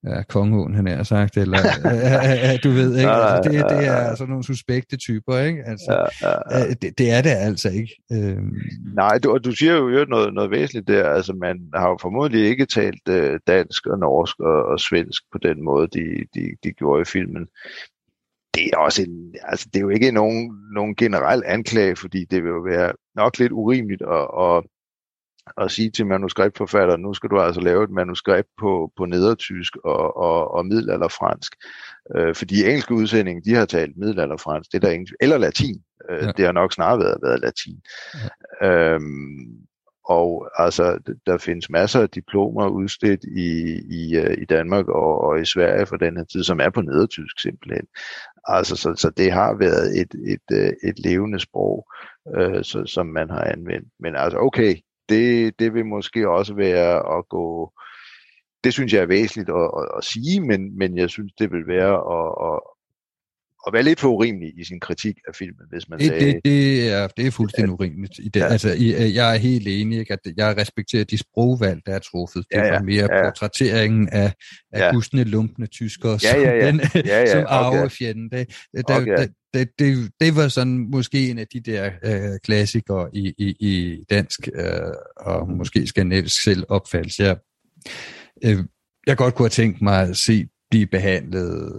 kongeåen, han har sagt, eller du ved, ikke? Altså, det er sådan nogle suspekte typer, ikke? Altså, det er det altså ikke. Nej, du siger jo noget væsentligt der. Altså, man har jo formodentlig ikke talt dansk og norsk og svensk på den måde, de gjorde i filmen. Det er også det er jo ikke nogen generel anklage, fordi det vil jo være nok lidt urimeligt at sige til manuskriptforfatteren, nu skal du altså lave et manuskript på nedertysk og middelalderfransk. Fordi engelske udsendinger, de har talt middelalderfransk, det er der ingen, eller latin. Det har nok snarere været latin. Ja. Og altså, der findes masser af diplomer udstedt i Danmark og i Sverige for den her tid, som er på nedertysk simpelthen. Altså, så det har været et levende sprog, som man har anvendt. Men altså, okay, det vil måske også være at gå. Det synes jeg er væsentligt at sige, men jeg synes, det vil være at være lidt for urimelig i sin kritik af filmen, hvis man sagde. Det er fuldstændig urimeligt. Altså, jeg er helt enig, ikke, at jeg respekterer de sprogvalg, der er truffet. Det var mere portrætteringen af gustne, lumpne tyskere, som arvefjenden. Det var sådan måske en af de der klassikere i dansk og måske skandinavisk selvopfattelse. Jeg godt kunne have tænkt mig at se blive behandlet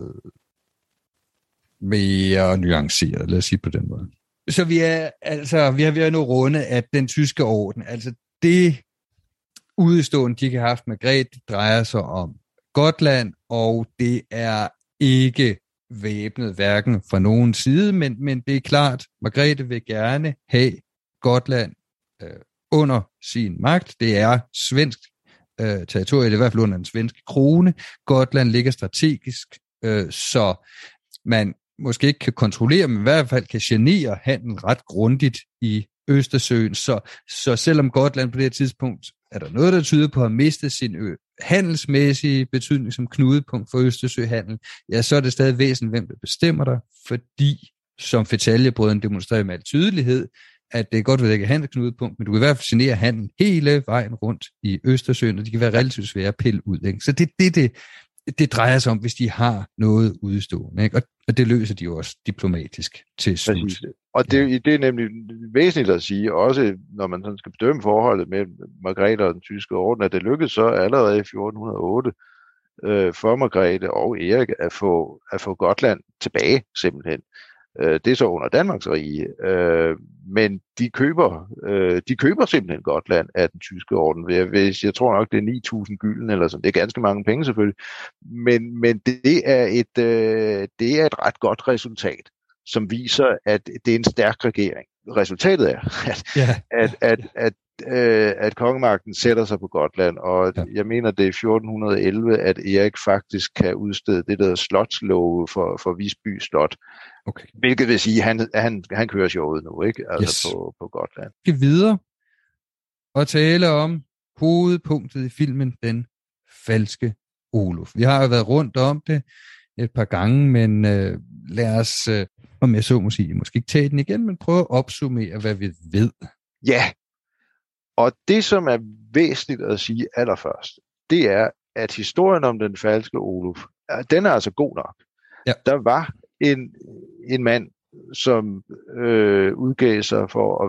mere nuanceret, lad os sige på den måde. Så vi har nu rundet, at den tyske orden, altså det udestående, de kan have haft Margrethe, drejer sig om Gotland, og det er ikke væbnet hverken fra nogen side, men det er klart, Margrethe vil gerne have Gotland under sin magt. Det er svensk territoriet, i hvert fald under den svenske krone. Gotland ligger strategisk, så man måske ikke kan kontrollere, men i hvert fald kan genere handlen ret grundigt i Østersøen. Så selvom Gotland på det her tidspunkt, er der noget, der tyder på at miste sin handelsmæssige betydning som knudepunkt for Østersøhandel, ja, så er det stadig væsentligt, hvem der bestemmer der, fordi, som Fetaljebrødrene demonstrerer med al tydelighed, at det er godt ved ikke handelsknudepunkt, men du kan i hvert fald genere handel hele vejen rundt i Østersøen, og de kan være relativt svære at pille ud. Ikke? Så det drejer sig om, hvis de har noget udstående, ikke? Og det løser de jo også diplomatisk til slut. Og det er nemlig væsentligt at sige, også når man sådan skal bedømme forholdet med Margrethe og den tyske orden, at det lykkedes så allerede i 1408 for Margrethe og Erik at få Gotland tilbage simpelthen. Det er så under Danmarks rige, men de køber simpelthen Gotland af den tyske orden. Jeg tror nok, det er 9.000 gylden, eller sådan. Det er ganske mange penge selvfølgelig, men det er et ret godt resultat, som viser, at det er en stærk regering. Resultatet er, at kongemagten sætter sig på Gotland, og jeg mener, det er 1411, at Erik faktisk kan udstede det der slotslove for Visby Slot. Okay. Hvilket vil sige, at han kører showet nu, ikke? Altså på Gotland. Vi skal videre og tale om hovedpunktet i filmen, Den falske Oluf. Vi har jo været rundt om det et par gange, men lad os, om jeg så må sige, måske ikke tage den igen, men prøve at opsummere, hvad vi ved. Ja, og det, som er væsentligt at sige allerførst, det er, at historien om den falske Oluf, den er altså god nok. Ja. Der var en mand, som udgav sig for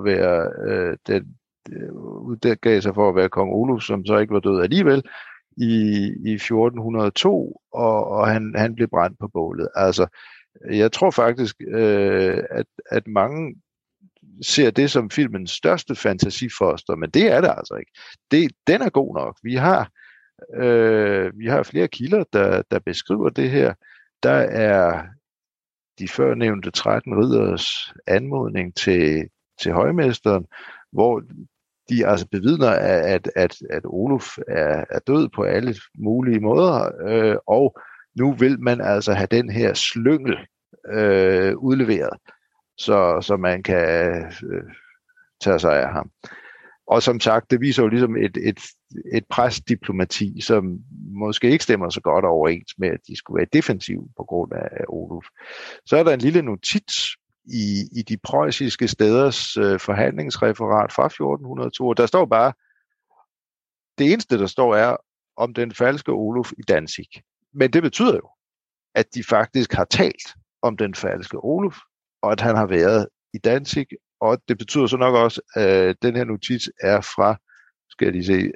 at være kong Oluf, som så ikke var død alligevel i 1402, og han blev brændt på bålet. Altså, jeg tror faktisk, at mange ser det som filmens største fantasifoster, men det er det altså ikke. Den er god nok. Vi har flere kilder, der beskriver det her. Der er de førnævnte 13 ridderes anmodning til højmesteren, hvor de altså bevidner, at Oluf er død på alle mulige måder, og nu vil man altså have den her slyngel udleveret, så man kan tage sig af ham. Og som sagt, det viser jo ligesom et presdiplomati, som måske ikke stemmer så godt overens med, at de skulle være defensive på grund af Oluf. Så er der en lille notits i de preussiske steders forhandlingsreferat fra 1402. Der står bare, det eneste der står er om den falske Oluf i Danzig. Men det betyder jo, at de faktisk har talt om den falske Oluf, og at han har været i Danzig, og det betyder så nok også, at den her notits er fra, skal jeg lige se,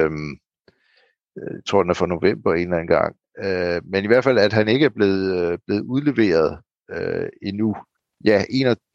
jeg tror den er fra november en eller anden gang, men i hvert fald, at han ikke er blevet udleveret endnu. Ja,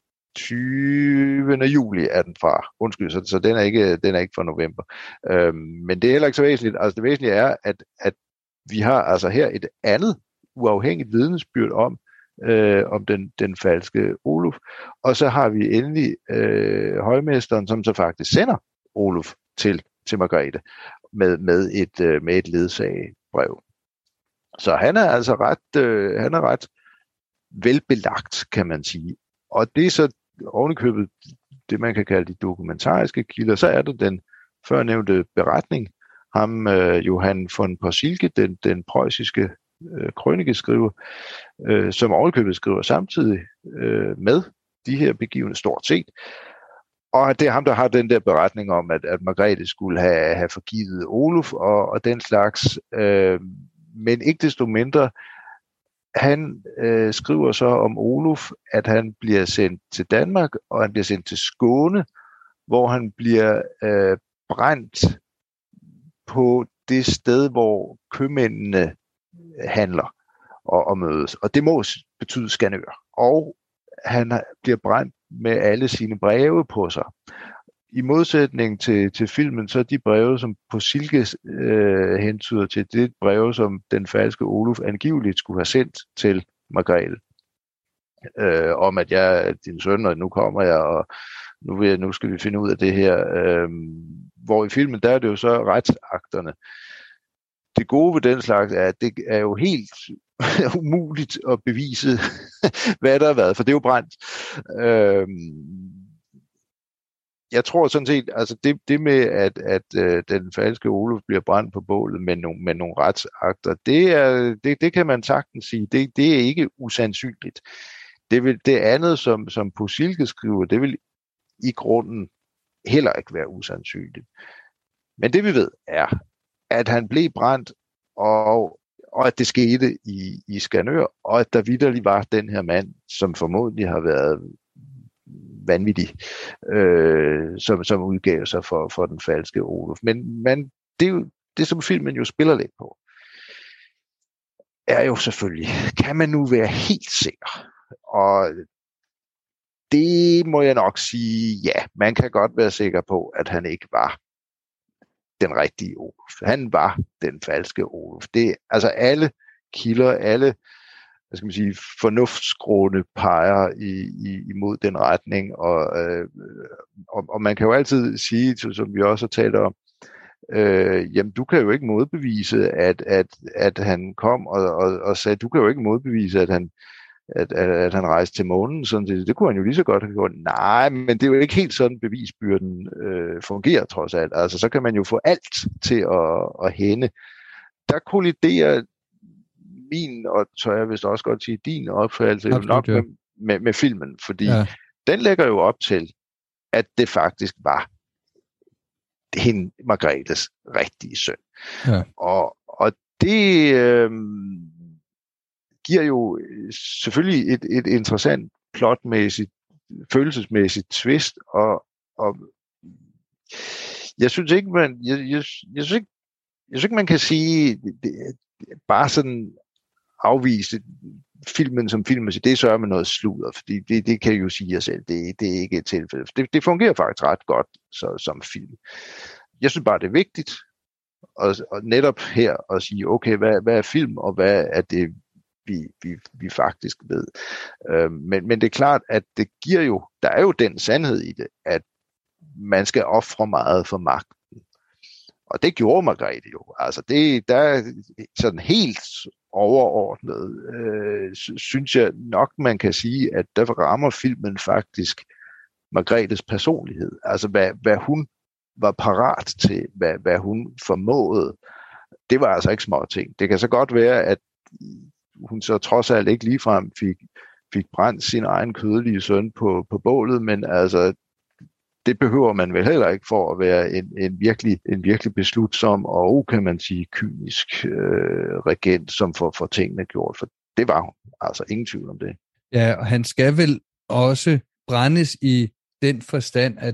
21. juli er den fra. Undskyld, så den er ikke fra november. Men det er heller ikke så væsentligt. Altså det væsentlige er, at vi har altså her et andet uafhængigt vidnesbyrd om den falske Oluf. Og så har vi endelig højmesteren, som så faktisk sender Oluf til Margrethe med et ledsagebrev. Så han er altså ret velbelagt, kan man sige. Og det er så ovenikøbet det, man kan kalde de dokumentariske kilder. Så er der den førnævnte beretning. Ham, Johan von Porsilke, den preussiske krønikeskriver, som ovenikøbet skriver samtidig med de her begivenheder stort set. Og det er ham, der har den der beretning om, at Margrethe skulle have forgivet Oluf og den slags. Men ikke desto mindre, han skriver så om Oluf, at han bliver sendt til Danmark, og han bliver sendt til Skåne, hvor han bliver brændt på det sted, hvor købmændene handler og mødes. Og det må betyde Skanør. Og han bliver brændt med alle sine breve på sig. I modsætning til filmen, så er de breve, som Porsilke hentyder til, det breve, som den falske Oluf angiveligt skulle have sendt til Margrethe. Om at jeg er din søn, og nu kommer jeg, og nu skal vi finde ud af det her. Hvor i filmen, der er det jo så retsakterne. Det gode ved den slags er, at det er jo helt umuligt at bevise, hvad der har været, for det er jo brændt. Jeg tror sådan set, altså det med, at den falske Oluf bliver brændt på bålet med nogle retsakter, det kan man sagtens sige, det er ikke usandsynligt. Det andet, som Porsilke skriver, det vil i grunden heller ikke være usandsynligt. Men det vi ved er, at han blev brændt, og at det skete i Skanør, og at der vitterlig var den her mand, som formodentlig har været vanvittig, som udgav sig for den falske Oluf. Men det er jo det, som filmen jo spiller lidt på, er jo selvfølgelig, kan man nu være helt sikker? Og det må jeg nok sige, ja, man kan godt være sikker på, at han ikke var den rigtige Oluf. Han var den falske Oluf. Det altså alle kilder, alle hvad skal man sige, fornuftsgrunde peger imod den retning, og man kan jo altid sige, som vi også har talt om, jamen du kan jo ikke modbevise, at han kom og sagde, du kan jo ikke modbevise, at han rejste til månen, sådan det kunne han jo lige så godt have gjort. Nej, men det er jo ikke helt sådan bevisbyrden fungerer trods alt. Altså så kan man jo få alt til at hænde. Der kolliderer min, og så jeg vist også godt sige din opfattelse nok med filmen, fordi den lægger jo op til, at det faktisk var hende, Margrethes rigtige søn. Ja. Og det giver jo selvfølgelig et interessant plotmæssigt, følelsesmæssigt twist, og jeg synes ikke, man kan sige bare sådan afvise filmen som film, det er så med noget sludder, fordi det kan jo sige sig selv, det er ikke et tilfælde. Det fungerer faktisk ret godt som film. Jeg synes bare, det er vigtigt og netop her at sige, okay, hvad er film, og hvad er det, vi faktisk ved. Men det er klart, at det giver jo, der er jo den sandhed i det, at man skal ofre meget for magten. Og det gjorde Margrethe jo. Altså der er sådan helt overordnet, synes jeg nok, man kan sige, at der rammer filmen faktisk Margrethes personlighed. Altså hvad hun var parat til, hvad hun formåede. Det var altså ikke små ting. Det kan så godt være, at hun så trods alt ikke ligefrem fik brændt sin egen kødelige søn på bålet, men altså det behøver man vel heller ikke for at være en virkelig beslutsom og, kan man sige, kynisk regent, som får tingene gjort. For det var hun. Altså ingen tvivl om det. Ja, og han skal vel også brændes i den forstand, at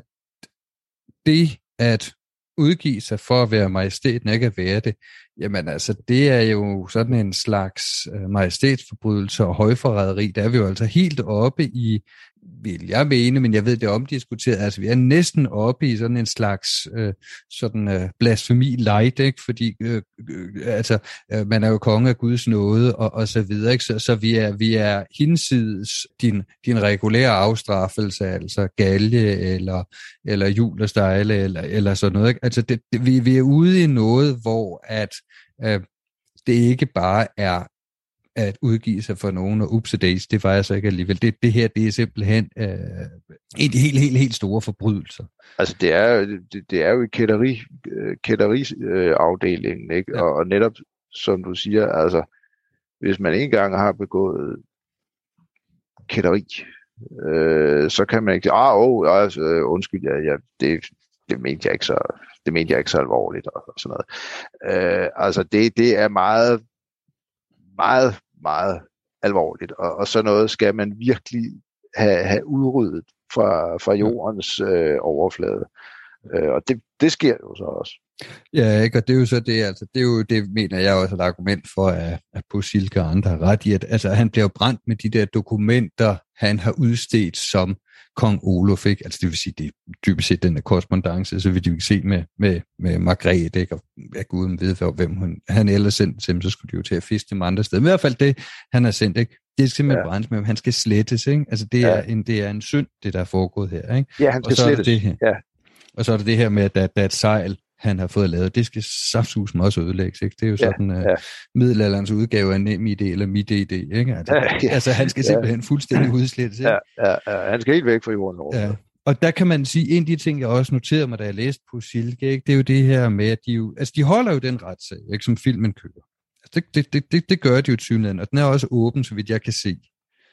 det at udgive sig for at være majestæten, ikke at være det, jamen altså, det er jo sådan en slags majestætsforbrydelse og højforræderi. Der er vi jo altså helt oppe i, vil jeg mene, men jeg ved det er omdiskuteret, altså vi er næsten oppe i sådan en slags blasfemi light, ikke? Fordi man er jo konge af Guds nåde og så videre, ikke? Så vi er hinsides din regulære afstraffelse, altså galge eller jul og stejle eller sådan noget, ikke? Altså vi er ude i noget, hvor at det ikke bare er at udgive sig for nogen, og upsedays, det var jeg så ikke alligevel. Det her, det er simpelthen en helt store forbrydelser. Altså, det er jo i kætteriafdelingen, ikke? Ja. Og netop, som du siger, altså, hvis man en gang har begået kætteri, så kan man ikke sige, undskyld, det mente jeg ikke så alvorligt, og sådan noget. Altså, det er meget, meget, meget alvorligt, og sådan noget skal man virkelig have udryddet fra jordens overflade. Og det sker jo så også. Ja, ikke, og det er jo så det, altså det er jo det, mener jeg også et argument for, at Posilka og andre har ret i, at altså, han bliver brændt med de der dokumenter, han har udstedt som kong Olof, ikke? Altså det vil sige, det er dybest set den der korrespondance, så vil de se med Margrethe, ikke? Og at guden ved, hvem han ellers sendt til, så skulle de jo til at fiske dem andre steder. Men i hvert fald det, han har sendt, ikke? Det skal simpelthen brændes med, han skal slettes, ikke? Altså det er en synd, det der er foregået her, ikke? Ja, han skal slettes. Ja. Og så er det det her med, at der er et sejl, han har fået lavet, det skal saftsusen også ødelægges, ikke? Det er jo sådan middelalderens udgave af NemID eller MitID, ikke? Altså han skal simpelthen fuldstændig udslettes, ikke? Ja, han skal helt væk fra jorden over. Ja. Og der kan man sige, en af de ting, jeg også noterede mig, da jeg læste Posilka, ikke? Det er jo det her med, at de holder jo den retssag, ikke? Som filmen kører. Altså, det gør de jo tydeligt, og den er også åben, så vidt jeg kan se.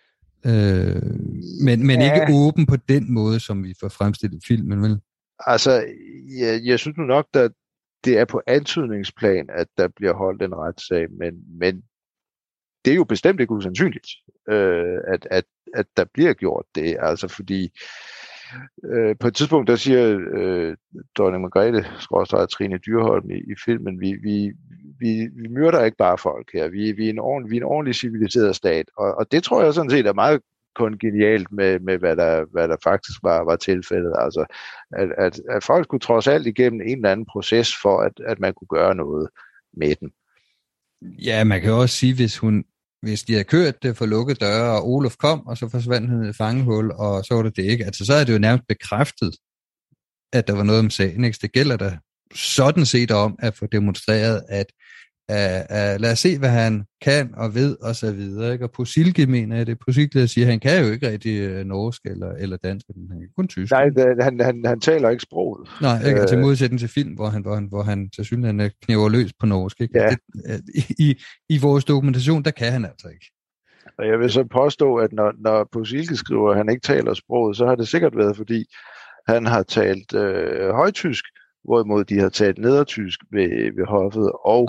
Men ikke åben på den måde, som vi får fremstillet filmen, vel? Altså, jeg synes nu nok, at det er på antydningsplan, at der bliver holdt en retssag, men det er jo bestemt ikke usandsynligt, at der bliver gjort det. Altså fordi på et tidspunkt, der siger dronning Margrethe / Trine Dyrholm i filmen, vi myrder ikke bare folk her, vi er en ordentlig civiliseret stat, og det tror jeg sådan set er meget kongenialt med hvad der faktisk var tilfældet. Altså, at folk skulle trods alt igennem en eller anden proces for, at man kunne gøre noget med den. Ja, man kan også sige, hvis de havde kørt det for lukkede døre, og Olof kom, og så forsvandt han i et fangehul, og så var det ikke. Altså, så er det jo nærmest bekræftet, at der var noget om sagen, ikke? Det gælder da sådan set om at få demonstreret, at lad os se, hvad han kan og ved, og så videre. Ikke? Og Posilka mener jeg det. Posilka siger, at han kan jo ikke rigtig norsk eller dansk, men han kan kun tysk. Nej, han taler ikke sproget. Nej, ikke? Til modsætning til film, hvor han til synligheden knæver løs på norsk. Ikke? Ja. I vores dokumentation, der kan han altså ikke. Og jeg vil så påstå, at når Posilka skriver, at han ikke taler sproget, så har det sikkert været, fordi han har talt højtysk, hvorimod de har talt nedertysk ved hoffet, og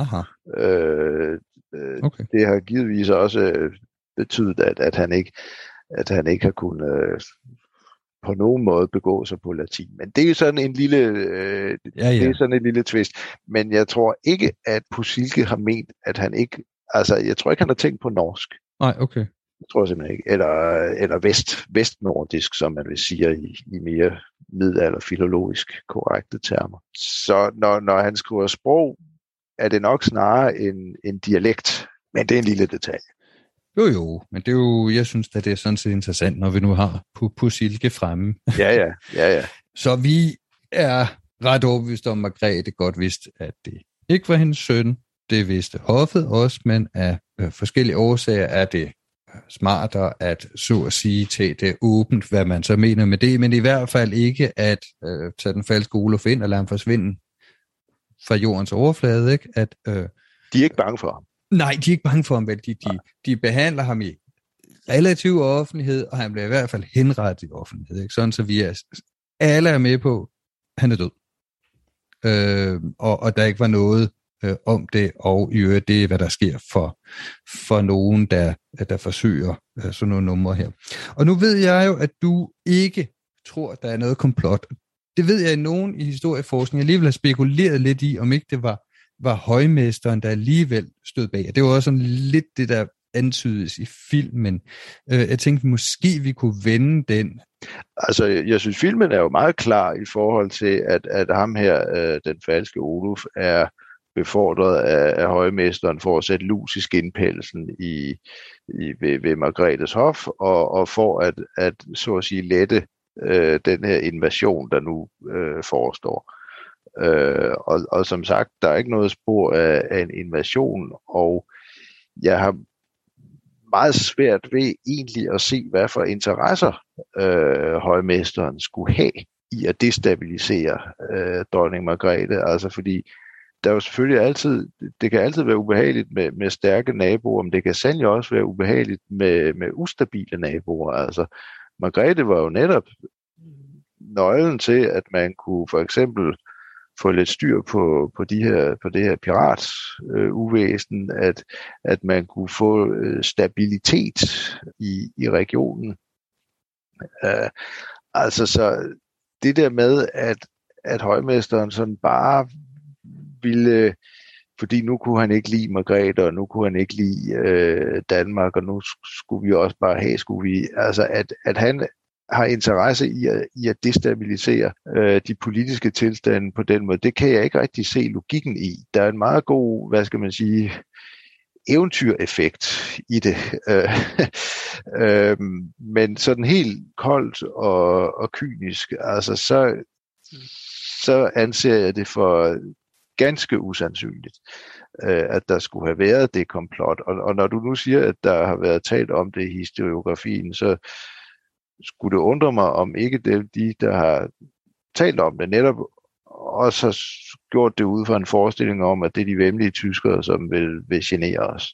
det har givetvis også betydet, at han ikke har kunnet på nogen måde begå sig på latin. Men det er sådan en lille, det er sådan en lille twist. Men jeg tror ikke, at Posilka har ment, at han ikke, altså jeg tror ikke, han har tænkt på norsk. Nej, okay. Jeg tror simpelthen ikke. Eller vestnordisk, som man vil sige i mere middelalderfilologisk korrekte termer. Så når han skriver sprog, er det nok snarere en dialekt, men det er en lille detalje. Jo, men det er jo, jeg synes, at det er sådan set interessant, når vi nu har Posilka fremme. Ja. Så vi er ret overbevist om, at Margrethe godt vidste, at det ikke var hendes søn. Det vidste hoffet også, men af forskellige årsager er det smartere at så at sige tage det åbent, hvad man så mener med det, men i hvert fald ikke at tage den falske Olof ind og lade ham forsvinde fra jordens overflade, ikke? De er ikke bange for ham. Nej, de er ikke bange for ham, vel? De behandler ham i relativ offentlighed, og han bliver i hvert fald henrettet i offentlighed, ikke? Sådan så vi er alle er med på, han er død. Og der ikke var noget om det, og i øvrigt det er, hvad der sker for nogen, der forsøger sådan nogle numre her. Og nu ved jeg jo, at du ikke tror, der er noget komplot. Det ved jeg, at nogen i historieforskning alligevel har spekuleret lidt i, om ikke det var højmesteren, der alligevel stod bag. Det var også sådan lidt det, der antydes i filmen. Jeg tænkte, måske vi kunne vende den. Altså, jeg synes, filmen er jo meget klar i forhold til, at ham her, den falske Oluf, er befordret af højmesteren for at sætte lus i skinpelsen ved Margrethes hof, og for at så at sige lette den her invasion, der nu forestår. Og som sagt, der er ikke noget spor af en invasion, og jeg har meget svært ved egentlig at se, hvad for interesser højmesteren skulle have i at destabilisere dronning Margrethe. Altså fordi der er jo selvfølgelig altid, det kan altid være ubehageligt med stærke naboer, men det kan sandelig også være ubehageligt med ustabile naboer. Altså Margrethe var jo netop nøglen til, at man kunne for eksempel få lidt styr på det her pirat-uvæsen, at man kunne få stabilitet i regionen. Altså så det der med, at højmesteren sådan bare ville, fordi nu kunne han ikke lide Margrethe, og nu kunne han ikke lide Danmark, og nu skulle vi også bare have, altså at han har interesse i at destabilisere de politiske tilstande på den måde. Det kan jeg ikke rigtig se logikken i. Der er en meget god, hvad skal man sige, eventyreffekt i det. Men sådan helt koldt og kynisk, altså så anser jeg det for ganske usandsynligt, at der skulle have været det komplot. Og når du nu siger, at der har været talt om det i historiografien, så skulle det undre mig, om ikke de, der har talt om det, netop også har gjort det ud fra en forestilling om, at det er de væmmelige tyskere, som vil genere os.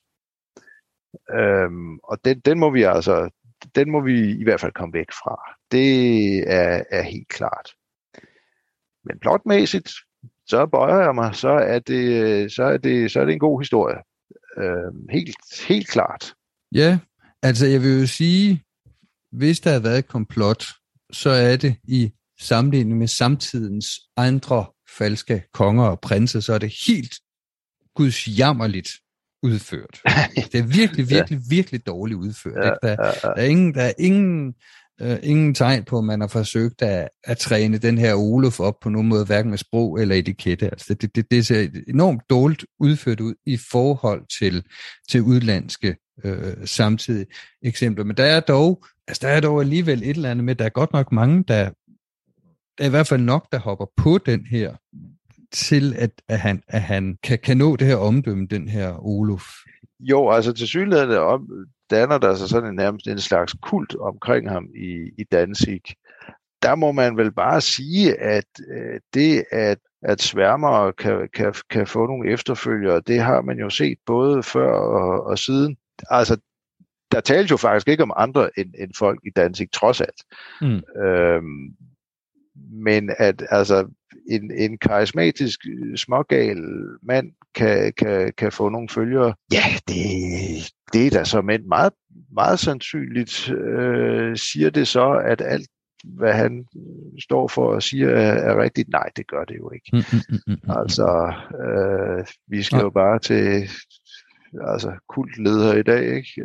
Og den må vi i hvert fald komme væk fra. Det er helt klart. Men plotmæssigt, så bøjer jeg mig, så er det en god historie. Helt klart. Ja, altså jeg vil jo sige, hvis der har været et komplot, så er det i sammenligning med samtidens andre falske konger og prinser, så er det helt gudsjammerligt udført. Det er virkelig dårligt udført. Ja, der er ingen tegn på, at man har forsøgt at træne den her Oluf op på nogen måde, hverken med sprog eller etikette. Altså det ser enormt dårligt udført ud i forhold til udlandske samtidige eksempler. Men der er dog alligevel et eller andet med, der er godt nok mange, der er i hvert fald nok, der hopper på den her, til at han kan nå det her omdømme, den her Oluf. Jo, altså til synligheden danner der sig sådan nærmest en slags kult omkring ham i Danzig. Der må man vel bare sige, at det at sværmere kan få nogle efterfølgere, det har man jo set både før og siden. Altså, der tales jo faktisk ikke om andre end folk i Danzig, trods alt. Men at altså en karismatisk smågal mand kan få nogle følgere, ja, det er da som et meget, meget sandsynligt. Siger det så, at alt, hvad han står for og siger, er rigtigt? Nej, det gør det jo ikke. Altså, vi skal jo bare til kultledere i dag, ikke?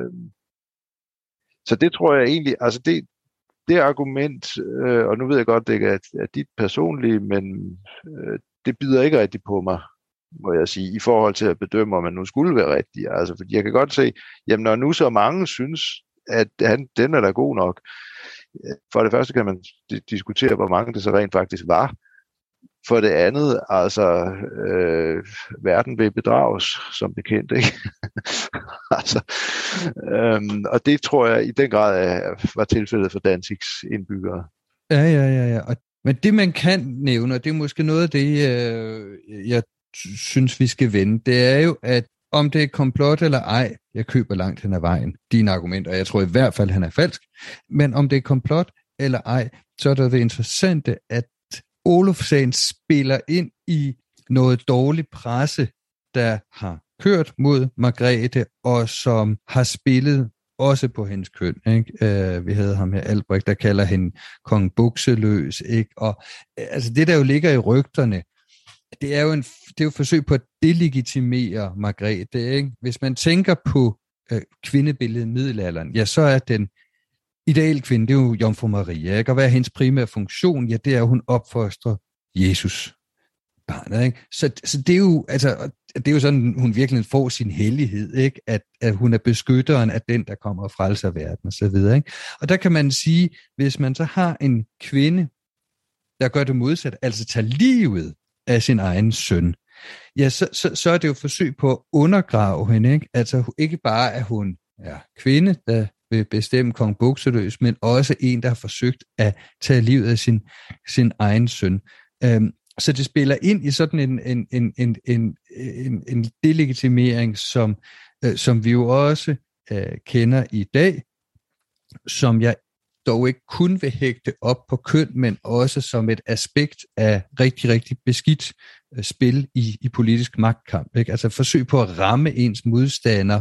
Så det tror jeg egentlig, altså det argument, og nu ved jeg godt, det ikke er dit personlige, men det bider ikke rigtig på mig, må jeg sige, i forhold til at bedømme, om man nu skulle være rigtig. Altså, fordi jeg kan godt se, jamen når nu så mange synes, at den er da god nok, for det første kan man diskutere, hvor mange det så rent faktisk var. For det andet, altså, verden vil bedrages, som bekendt, ikke? Altså, og det tror jeg i den grad var tilfældet for Danzigs indbyggere. Ja. Men det, man kan nævne, og det er måske noget af det, jeg synes, vi skal vende, det er jo, at om det er komplot eller ej, jeg køber langt hen ad vejen dine argumenter, og jeg tror i hvert fald, han er falsk, men om det er komplot eller ej, så er det interessante, at Olof-sagen spiller ind i noget dårlig presse, der har kørt mod Margrethe, og som har spillet også på hendes køn. Ikke? Vi havde ham her, Albrecht, der kalder hende kong bukseløs. Ikke? Og altså det, der jo ligger i rygterne, det er jo et forsøg på at delegitimere Margrethe. Ikke? Hvis man tænker på kvindebilledet i middelalderen, ja, så er den ideelle kvinde, det er jo Jomfru Maria. Ikke? Og hvad er hendes primære funktion? Ja, det er, at hun opfostrer Jesus. Barnet, ikke? Så det er jo, altså, det er jo sådan, hun virkelig får sin hellighed, ikke? At hun er beskytteren af den, der kommer og frelser verden, og så videre, ikke? Og der kan man sige, hvis man så har en kvinde, der gør det modsat, altså tager livet af sin egen søn, ja, så er det jo forsøg på at undergrave hende, ikke? Altså ikke bare, at hun er kvinde, der vil bestemme kong bukseløs, men også en, der har forsøgt at tage livet af sin egen søn. Så det spiller ind i sådan en delegitimering, som vi jo også kender i dag, som jeg dog ikke kun vil hægte op på køn, men også som et aspekt af rigtig, rigtig beskidt spil i politisk magtkamp. Ikke? Altså forsøg på at ramme ens modstander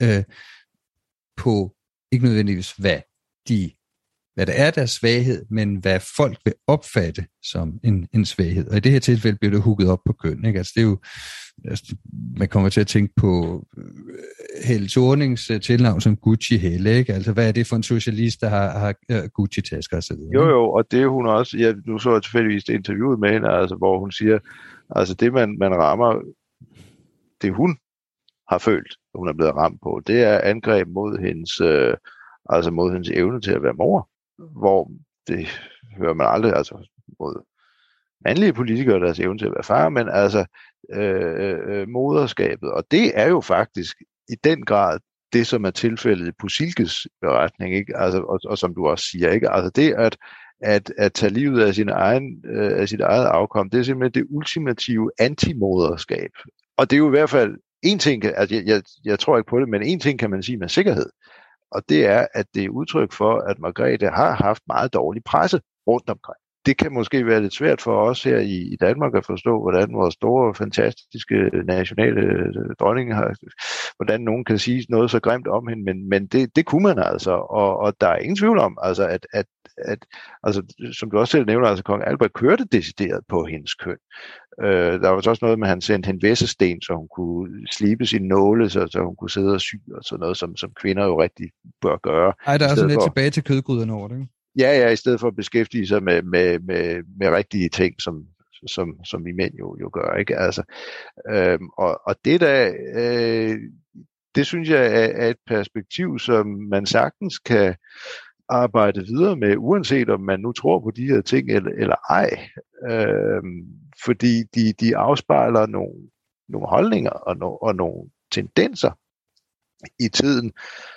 på ikke nødvendigvis, hvad der er deres svaghed, men hvad folk vil opfatte som en svaghed. Og i det her tilfælde bliver det hugget op på køn. Ikke? Altså det er jo, man kommer til at tænke på Helle Thornings tilnavn som Gucci-Helle. Ikke? Altså hvad er det for en socialist, der har Gucci-tasker og så videre? Jo, og det er hun også. Ja, nu så jeg tilfældigvis det interviewet med hende, altså, hvor hun siger, altså det man rammer, det hun har følt, hun er blevet ramt på, det er angreb mod hendes evne til at være mor, hvor det hører man aldrig, altså mod mandlige politikere, deres evne til at være far, men altså moderskabet, og det er jo faktisk i den grad det, som er tilfældet i Pusilkes beretning, ikke? Altså, og som du også siger, ikke? Altså det at tage livet af sit eget afkom, det er simpelthen det ultimative antimoderskab. Og det er jo i hvert fald en ting, altså jeg tror ikke på det, men en ting kan man sige med sikkerhed, og det er, at det er udtryk for, at Margrethe har haft meget dårlig presse rundt omkring. Det kan måske være lidt svært for os her i Danmark at forstå, hvordan vores store, fantastiske nationale dronning har, hvordan nogen kan sige noget så grimt om hende, men det kunne man altså, og der er ingen tvivl om, altså at altså, som du også selv nævner, altså kong Albert kørte decideret på hendes køn. Der var også noget med, at han sendte hende væssesten, så hun kunne slibe sin nåle, så hun kunne sidde og sy, og sådan noget, som kvinder jo rigtig bør gøre. Ej, der er sådan lidt tilbage til kødgryderne over det, ikke? Ja, i stedet for at beskæftige sig med rigtige ting, som vi mænd jo gør, ikke? Altså, og det der, det synes jeg er et perspektiv, som man sagtens kan arbejde videre med, uanset om man nu tror på de her ting eller ej. Fordi de afspejler nogle holdninger og nogle tendenser i tiden,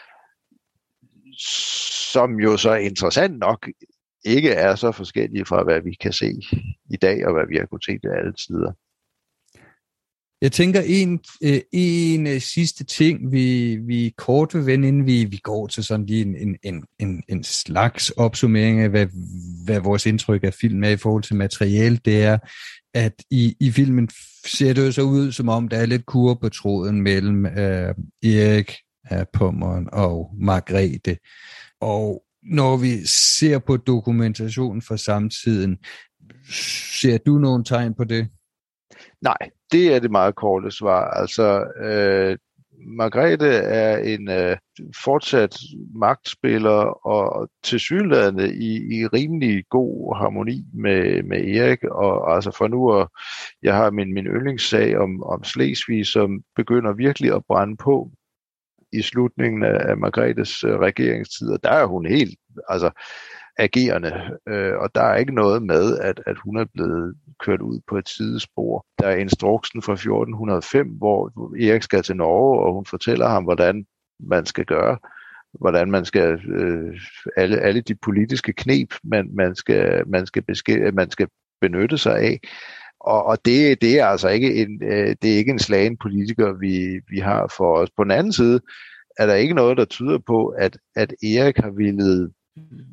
som jo så interessant nok ikke er så forskellige fra, hvad vi kan se i dag, og hvad vi har kunnet se til alle tider. Jeg tænker en sidste ting, vi kort vil vende, inden vi går til sådan lige en slags opsummering af, hvad vores indtryk af film er i forhold til materiale, det er, at i filmen ser det jo så ud, som om der er lidt kurre på tråden mellem Erik af Pommern og Margrethe. Og når vi ser på dokumentationen fra samtiden, ser du nogle tegn på det? Nej, det er det meget korte svar. Altså, Margrethe er en fortsat magtspiller og tilsyneladende i rimelig god harmoni med Erik. Og altså for nu, jeg har min yndlingssag om Slesvig, som begynder virkelig at brænde på i slutningen af Margrethes regeringstid, og der er hun helt agerende, og der er ikke noget med, at hun er blevet kørt ud på et sidespor. Der er instruksen fra 1405, hvor Erik skal til Norge, og hun fortæller ham, hvordan man skal gøre, hvordan man skal alle de politiske knep, man skal benytte sig af. Og det er altså ikke en slagen politiker, vi har for os. På den anden side er der ikke noget, der tyder på, at Erik har villet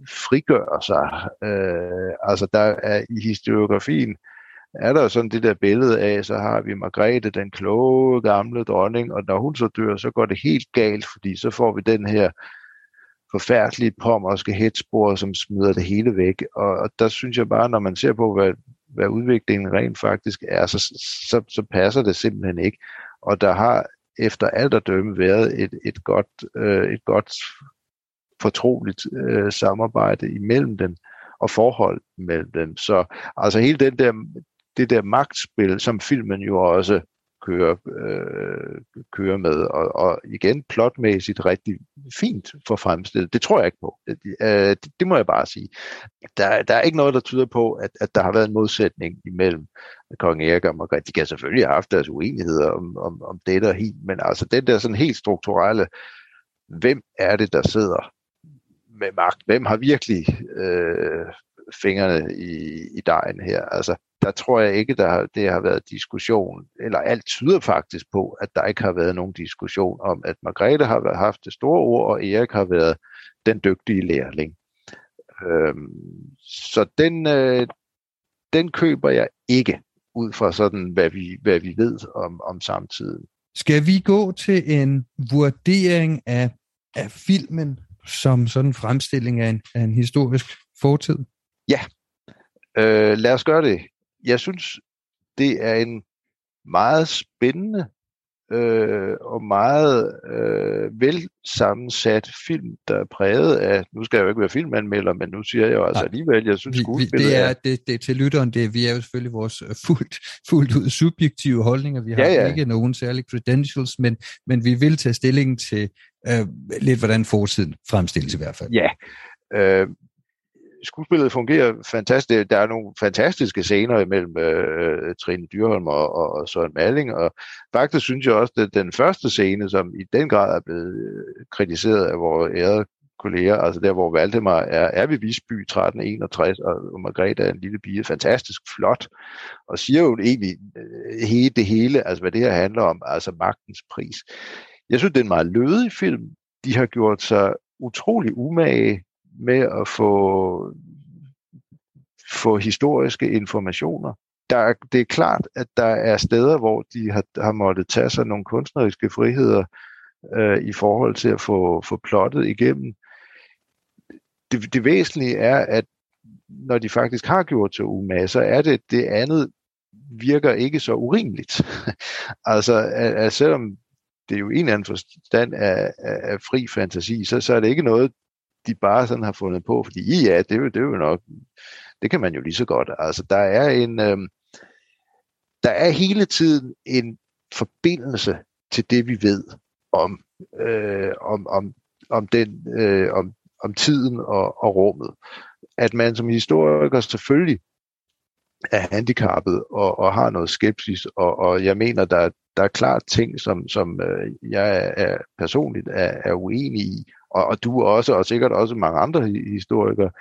frigøre sig. Altså der er i historiografien, er der sådan det der billede af, så har vi Margrethe, den kloge gamle dronning, og når hun så dør, så går det helt galt, fordi så får vi den her forfærdelige pommerske headspor, som smider det hele væk. Og der synes jeg bare, når man ser på, hvad udviklingen rent faktisk er, så passer det simpelthen ikke. Og der har efter alt at dømme været et godt fortroligt samarbejde imellem dem, og forhold mellem dem. Så altså hele det der magtspil, som filmen jo også kører med, og igen plotmæssigt rigtig fint for fremstillet. Det tror jeg ikke på. Det må jeg bare sige. Der er ikke noget, der tyder på, at der har været en modsætning imellem kong Erik og Margrethe. De kan selvfølgelig have haft deres uenigheder om dette og helt, men altså den der sådan helt strukturelle, hvem er det, der sidder med magt? Hvem har virkelig fingrene i dejen her? Altså, der tror jeg ikke, det har været diskussion, eller alt tyder faktisk på, at der ikke har været nogen diskussion om, at Margrethe har haft det store ord, og Erik har været den dygtige lærling. Så den køber jeg ikke, ud fra sådan, hvad vi ved om samtiden. Skal vi gå til en vurdering af filmen som sådan en fremstilling af en historisk fortid? Ja, lad os gøre det. Jeg synes, det er en meget spændende og meget velsammensat film, der er præget af, nu skal jeg jo ikke være filmanmelder, men nu siger jeg jo altså alligevel, jeg synes skuespillet det er til lytteren, vi er jo selvfølgelig vores fuldt ud subjektive holdninger, vi har ikke nogen særlige credentials, men vi vil tage stilling til lidt, hvordan fortiden fremstilles i hvert fald. Ja, skuespillet fungerer fantastisk. Der er nogle fantastiske scener imellem Trine Dyrholm og Søren Malling, og faktisk synes jeg også, at den første scene, som i den grad er blevet kritiseret af vores ærede kolleger, altså der, hvor Valdemar er ved Visby 1361, og Margrethe er en lille pige, fantastisk flot, og siger jo egentlig det hele, altså hvad det her handler om, altså magtens pris. Jeg synes, det er en meget lødig film. De har gjort sig utrolig umage med at få historiske informationer. Det er klart, at der er steder, hvor de har måttet tage sig nogle kunstneriske friheder i forhold til at få plottet igennem. Det væsentlige er, at når de faktisk har gjort sig umage, så er det andet virker ikke så urimeligt. Altså, at selvom det er jo en eller anden forstand af fri fantasi, så er det ikke noget, de bare sådan har fundet på, fordi det er jo nok, det kan man jo lige så godt. Altså, der er hele tiden en forbindelse til det, vi ved om tiden og rummet. At man som historiker selvfølgelig er handicappet og har noget skepsis, og jeg mener, der er klart ting, som jeg er personligt er uenig i, og du også, og sikkert også mange andre historikere.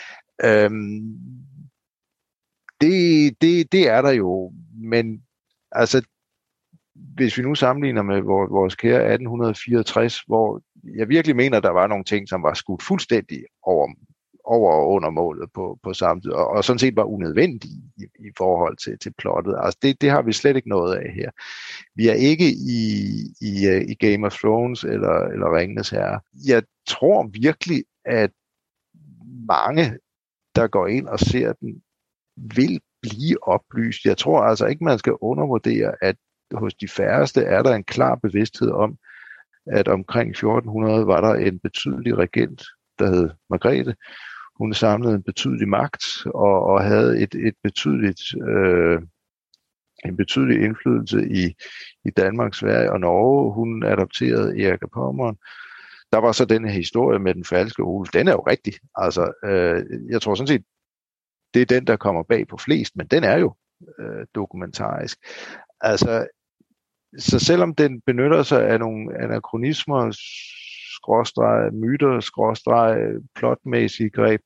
Det er der jo, men altså, hvis vi nu sammenligner med vores kære 1864, hvor jeg virkelig mener, der var nogle ting, som var skudt fuldstændig over og under målet på samme tid, og sådan set var unødvendige i forhold til plottet. Altså det har vi slet ikke noget af her. Vi er ikke i Game of Thrones eller Ringenes Herre. Jeg tror virkelig, at mange, der går ind og ser den, vil blive oplyst. Jeg tror altså ikke, man skal undervurdere, at hos de færreste er der en klar bevidsthed om, at omkring 1400 var der en betydelig regent, der hed Margrethe. Hun samlede en betydelig magt og havde en betydelig indflydelse i Danmark, Sverige og Norge. Hun adopterede Erik af Pommern. Der var så den her historie med den falske Ole. Den er jo rigtig. Altså, jeg tror sådan set, det er den, der kommer bag på flest, men den er jo dokumentarisk. Altså, så selvom den benytter sig af nogle anakronismer, myter, plotmæssige greb,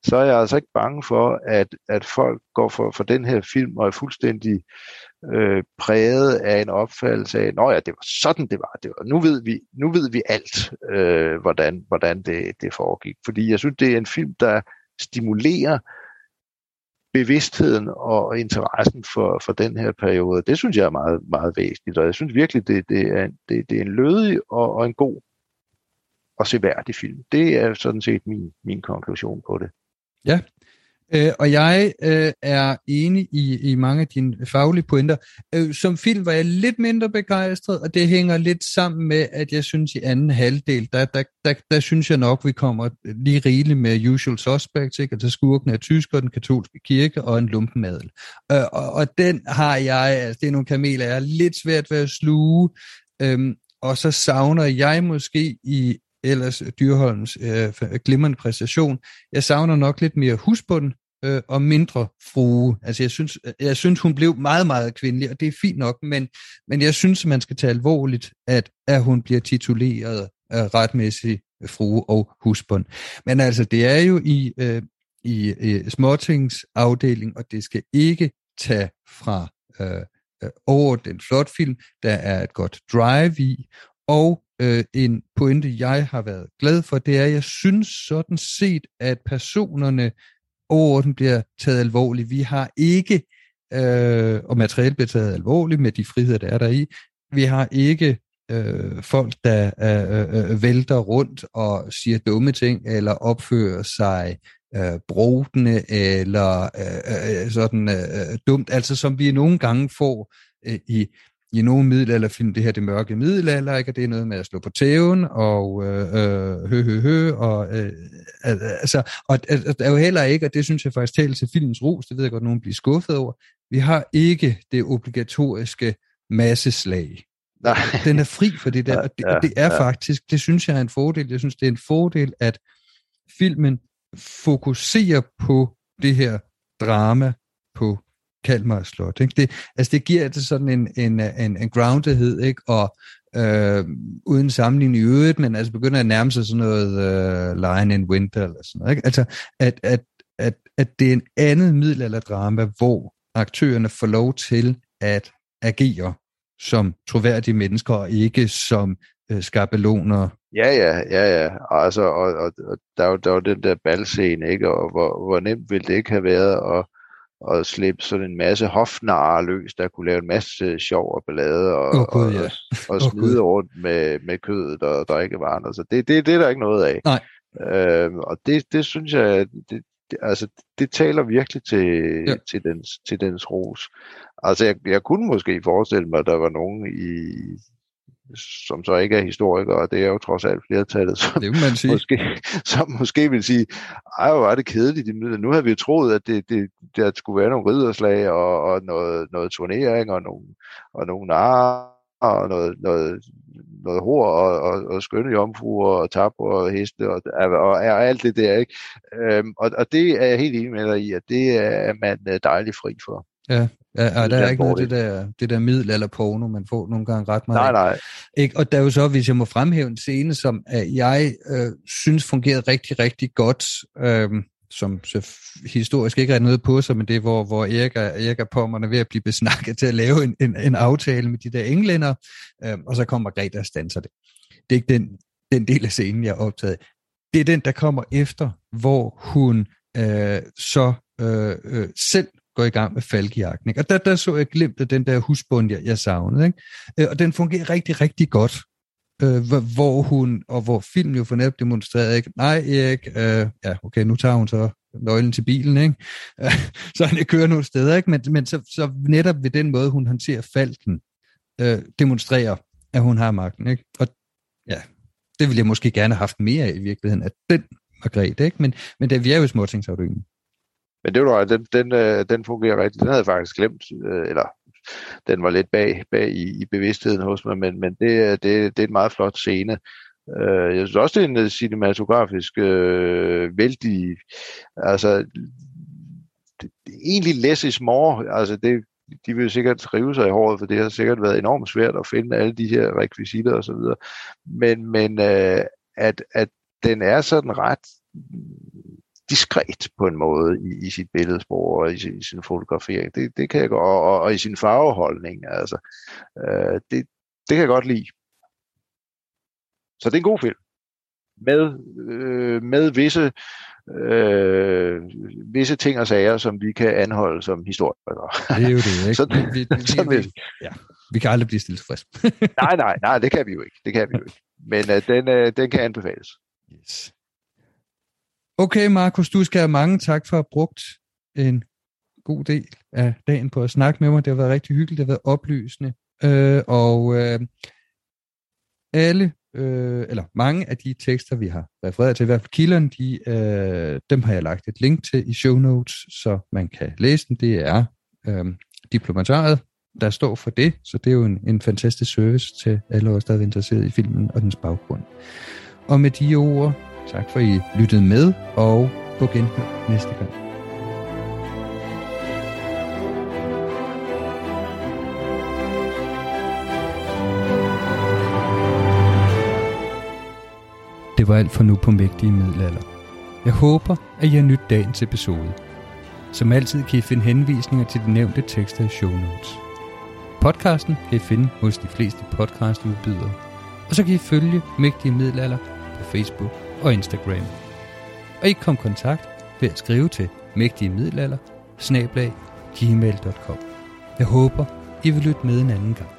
så er jeg altså ikke bange for, at folk går for den her film og er fuldstændig præget af en opfattelse af, nå ja, det var sådan, det var. Nu ved vi alt, hvordan det foregik. Fordi jeg synes, det er en film, der stimulerer bevidstheden og interessen for den her periode. Det synes jeg er meget, meget væsentligt, og jeg synes virkelig, det er en lødig og en god og seværdig film. Det er sådan set min konklusion på det. Ja, og jeg er enig i mange af dine faglige pointer. Som film var jeg lidt mindre begejstret, og det hænger lidt sammen med, at jeg synes i anden halvdel, der synes jeg nok, vi kommer lige rigeligt med Usual Suspects, ikke? Altså skurken af tyskere, den katolske kirke og en lumpenadel. Og den har jeg, altså det er nogle kameler, jeg er lidt svært ved at sluge, og så savner jeg måske i ellers Dyrholms glimrende præstation. Jeg savner nok lidt mere husbund og mindre frue. Altså jeg synes hun blev meget, meget kvindelig, og det er fint nok, men jeg synes, man skal tage alvorligt, at hun bliver tituleret retmæssig frue og husbund. Men altså, det er jo i småtingsafdeling, og det skal ikke tage fra over den flot film. Der er et godt drive i, og en pointe, jeg har været glad for, det er, at jeg synes sådan set, at personerne overordnet bliver taget alvorligt. Vi har ikke, og materialet bliver taget alvorligt med de friheder, der er der i. Vi har ikke folk, der vælter rundt og siger dumme ting, eller opfører sig brodende, eller sådan dumt, altså som vi nogle gange får i nogle middelalderfilm, det her det mørke middelalder, ikke? Og det er noget med at slå på tæven, og og der er jo heller ikke, og det synes jeg faktisk taler til filmens ros, det ved jeg godt, nogen bliver skuffet over, vi har ikke det obligatoriske masseslag. Nej. Den er fri for det der, og det er faktisk, det synes jeg er en fordel. Jeg synes, det er en fordel, at filmen fokuserer på det her drama på Kalmar Slot. Ikke? Det giver det sådan en groundedhed, ikke? Og uden sammenligning i øvrigt, men altså begynder at nærme sig sådan noget Lion in Winter eller sådan noget. Ikke? Altså at det er en andet middelalderdrama, hvor aktørerne får lov til at agere som troværdige mennesker, og ikke som skabeloner. Ja. Altså, og der er jo den der balscene, ikke? Og hvor nemt ville det ikke have været at slippe sådan en masse hofnarer løs, der kunne lave en masse sjov og ballade, og smide rundt med kødet og drikkevaren. Altså, det er der ikke noget af. Nej. Og det synes jeg, det taler virkelig til dens ros. Altså, jeg kunne måske forestille mig, at der var nogen som så ikke er historikere, og det er jo trods alt flertallet, som måske vil sige, hvor var det kedeligt. Nu havde vi jo troet, at der skulle være nogle ridderslag og noget turnering og nogle narer og noget hår og skønne jomfruer og tapper og heste og alt det der, ikke? Og det er jeg helt enig med dig i, at det er man dejligt fri for. Ja, der er ikke noget det der middelalderporno, man får nogle gange ret meget. Nej. Ikke? Og der er jo så, hvis jeg må fremhæve en scene, som jeg synes fungerede rigtig, rigtig godt, som historisk ikke er noget på sig, men det er, hvor Erik og Pommern er ved at blive besnakket til at lave en aftale med de der englænder, og så kommer Margrethe og standser det. Det er ikke den del af scenen, jeg er optaget. Det er den, der kommer efter, hvor hun så selv går i gang med falkejagten. Ikke? Og der så jeg glimt af den der husbund, jeg savnede. Ikke? Og den fungerer rigtig, rigtig godt. Hvor filmen jo for netop demonstrerede, ikke? Nej, Erik, okay, nu tager hun så nøglen til bilen, ikke? Så han kører nogle steder, ikke? Men så netop ved den måde, hun håndterer falken, demonstrerer, at hun har magten, ikke? Og ja, det ville jeg måske gerne have haft mere af i virkeligheden, at den Margrethe, ikke? Men vi er jo i småtingsafdelingen. Men det var den fungerer rigtigt. Den havde jeg faktisk glemt, eller den var lidt bag i bevidstheden hos mig, men det er en meget flot scene. Jeg synes også, det er en cinematografisk vældig, altså egentlig less is more, altså de vil sikkert rive sig i håret, for det har sikkert været enormt svært at finde alle de her rekvisitter og så videre, men at den er sådan ret diskret på en måde i sit billedspor og i sin fotografering. Det kan jeg godt, og i sin farveholdning. Altså, det kan jeg godt lide. Så det er en god film. Med visse ting og sager, som vi kan anholde som historikere. Det er jo det, ikke? Vi kan aldrig blive tilfreds. nej, det kan vi jo ikke. Men den kan anbefales. Yes. Okay, Markus, du skal have mange tak for at have brugt en god del af dagen på at snakke med mig. Det har været rigtig hyggeligt, det har været oplysende. Mange af de tekster, vi har refereret til, i hvert fald kilderne, dem har jeg lagt et link til i show notes, så man kan læse dem. Det er Diplomatariet, der står for det, så det er jo en fantastisk service til alle os, der er interesseret i filmen og dens baggrund. Og med de ord, tak for I lyttede med, og på genhør næste gang. Det var alt for nu på Mægtige Middelalder. Jeg håber, at I har nydt dagens episode. Som altid kan I finde henvisninger til de nævnte tekster i show notes. Podcasten kan I finde hos de fleste podcastudbydere, og så kan I følge Mægtige Middelalder på Facebook og Instagram. Og I kan komme i kontakt ved at skrive til mægtigemiddelalder@gmail.com. Jeg håber, I vil lytte med en anden gang.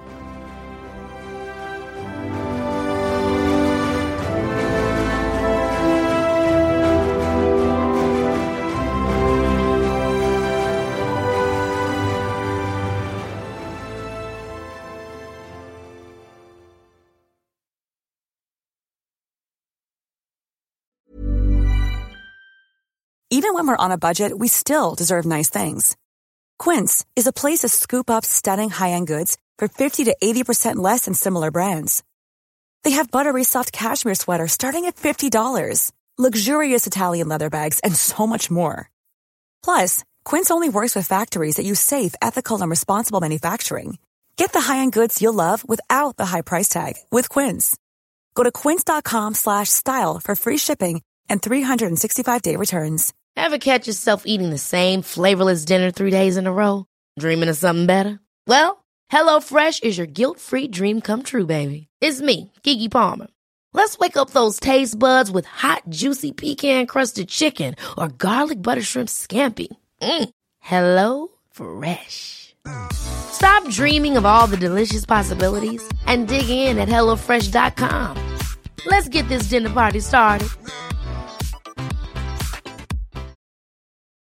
Even when we're on a budget, we still deserve nice things. Quince is a place to scoop up stunning high-end goods for 50 to 80% less than similar brands. They have buttery soft cashmere sweaters starting at $50, luxurious Italian leather bags, and so much more. Plus, Quince only works with factories that use safe, ethical, and responsible manufacturing. Get the high-end goods you'll love without the high price tag with Quince. Go to quince.com/style for free shipping and 365-day returns. Ever catch yourself eating the same flavorless dinner 3 days in a row? Dreaming of something better? Well, HelloFresh is your guilt-free dream come true, baby. It's me, Keke Palmer. Let's wake up those taste buds with hot, juicy pecan-crusted chicken or garlic butter shrimp scampi. Hello Fresh. Stop dreaming of all the delicious possibilities and dig in at HelloFresh.com. Let's get this dinner party started.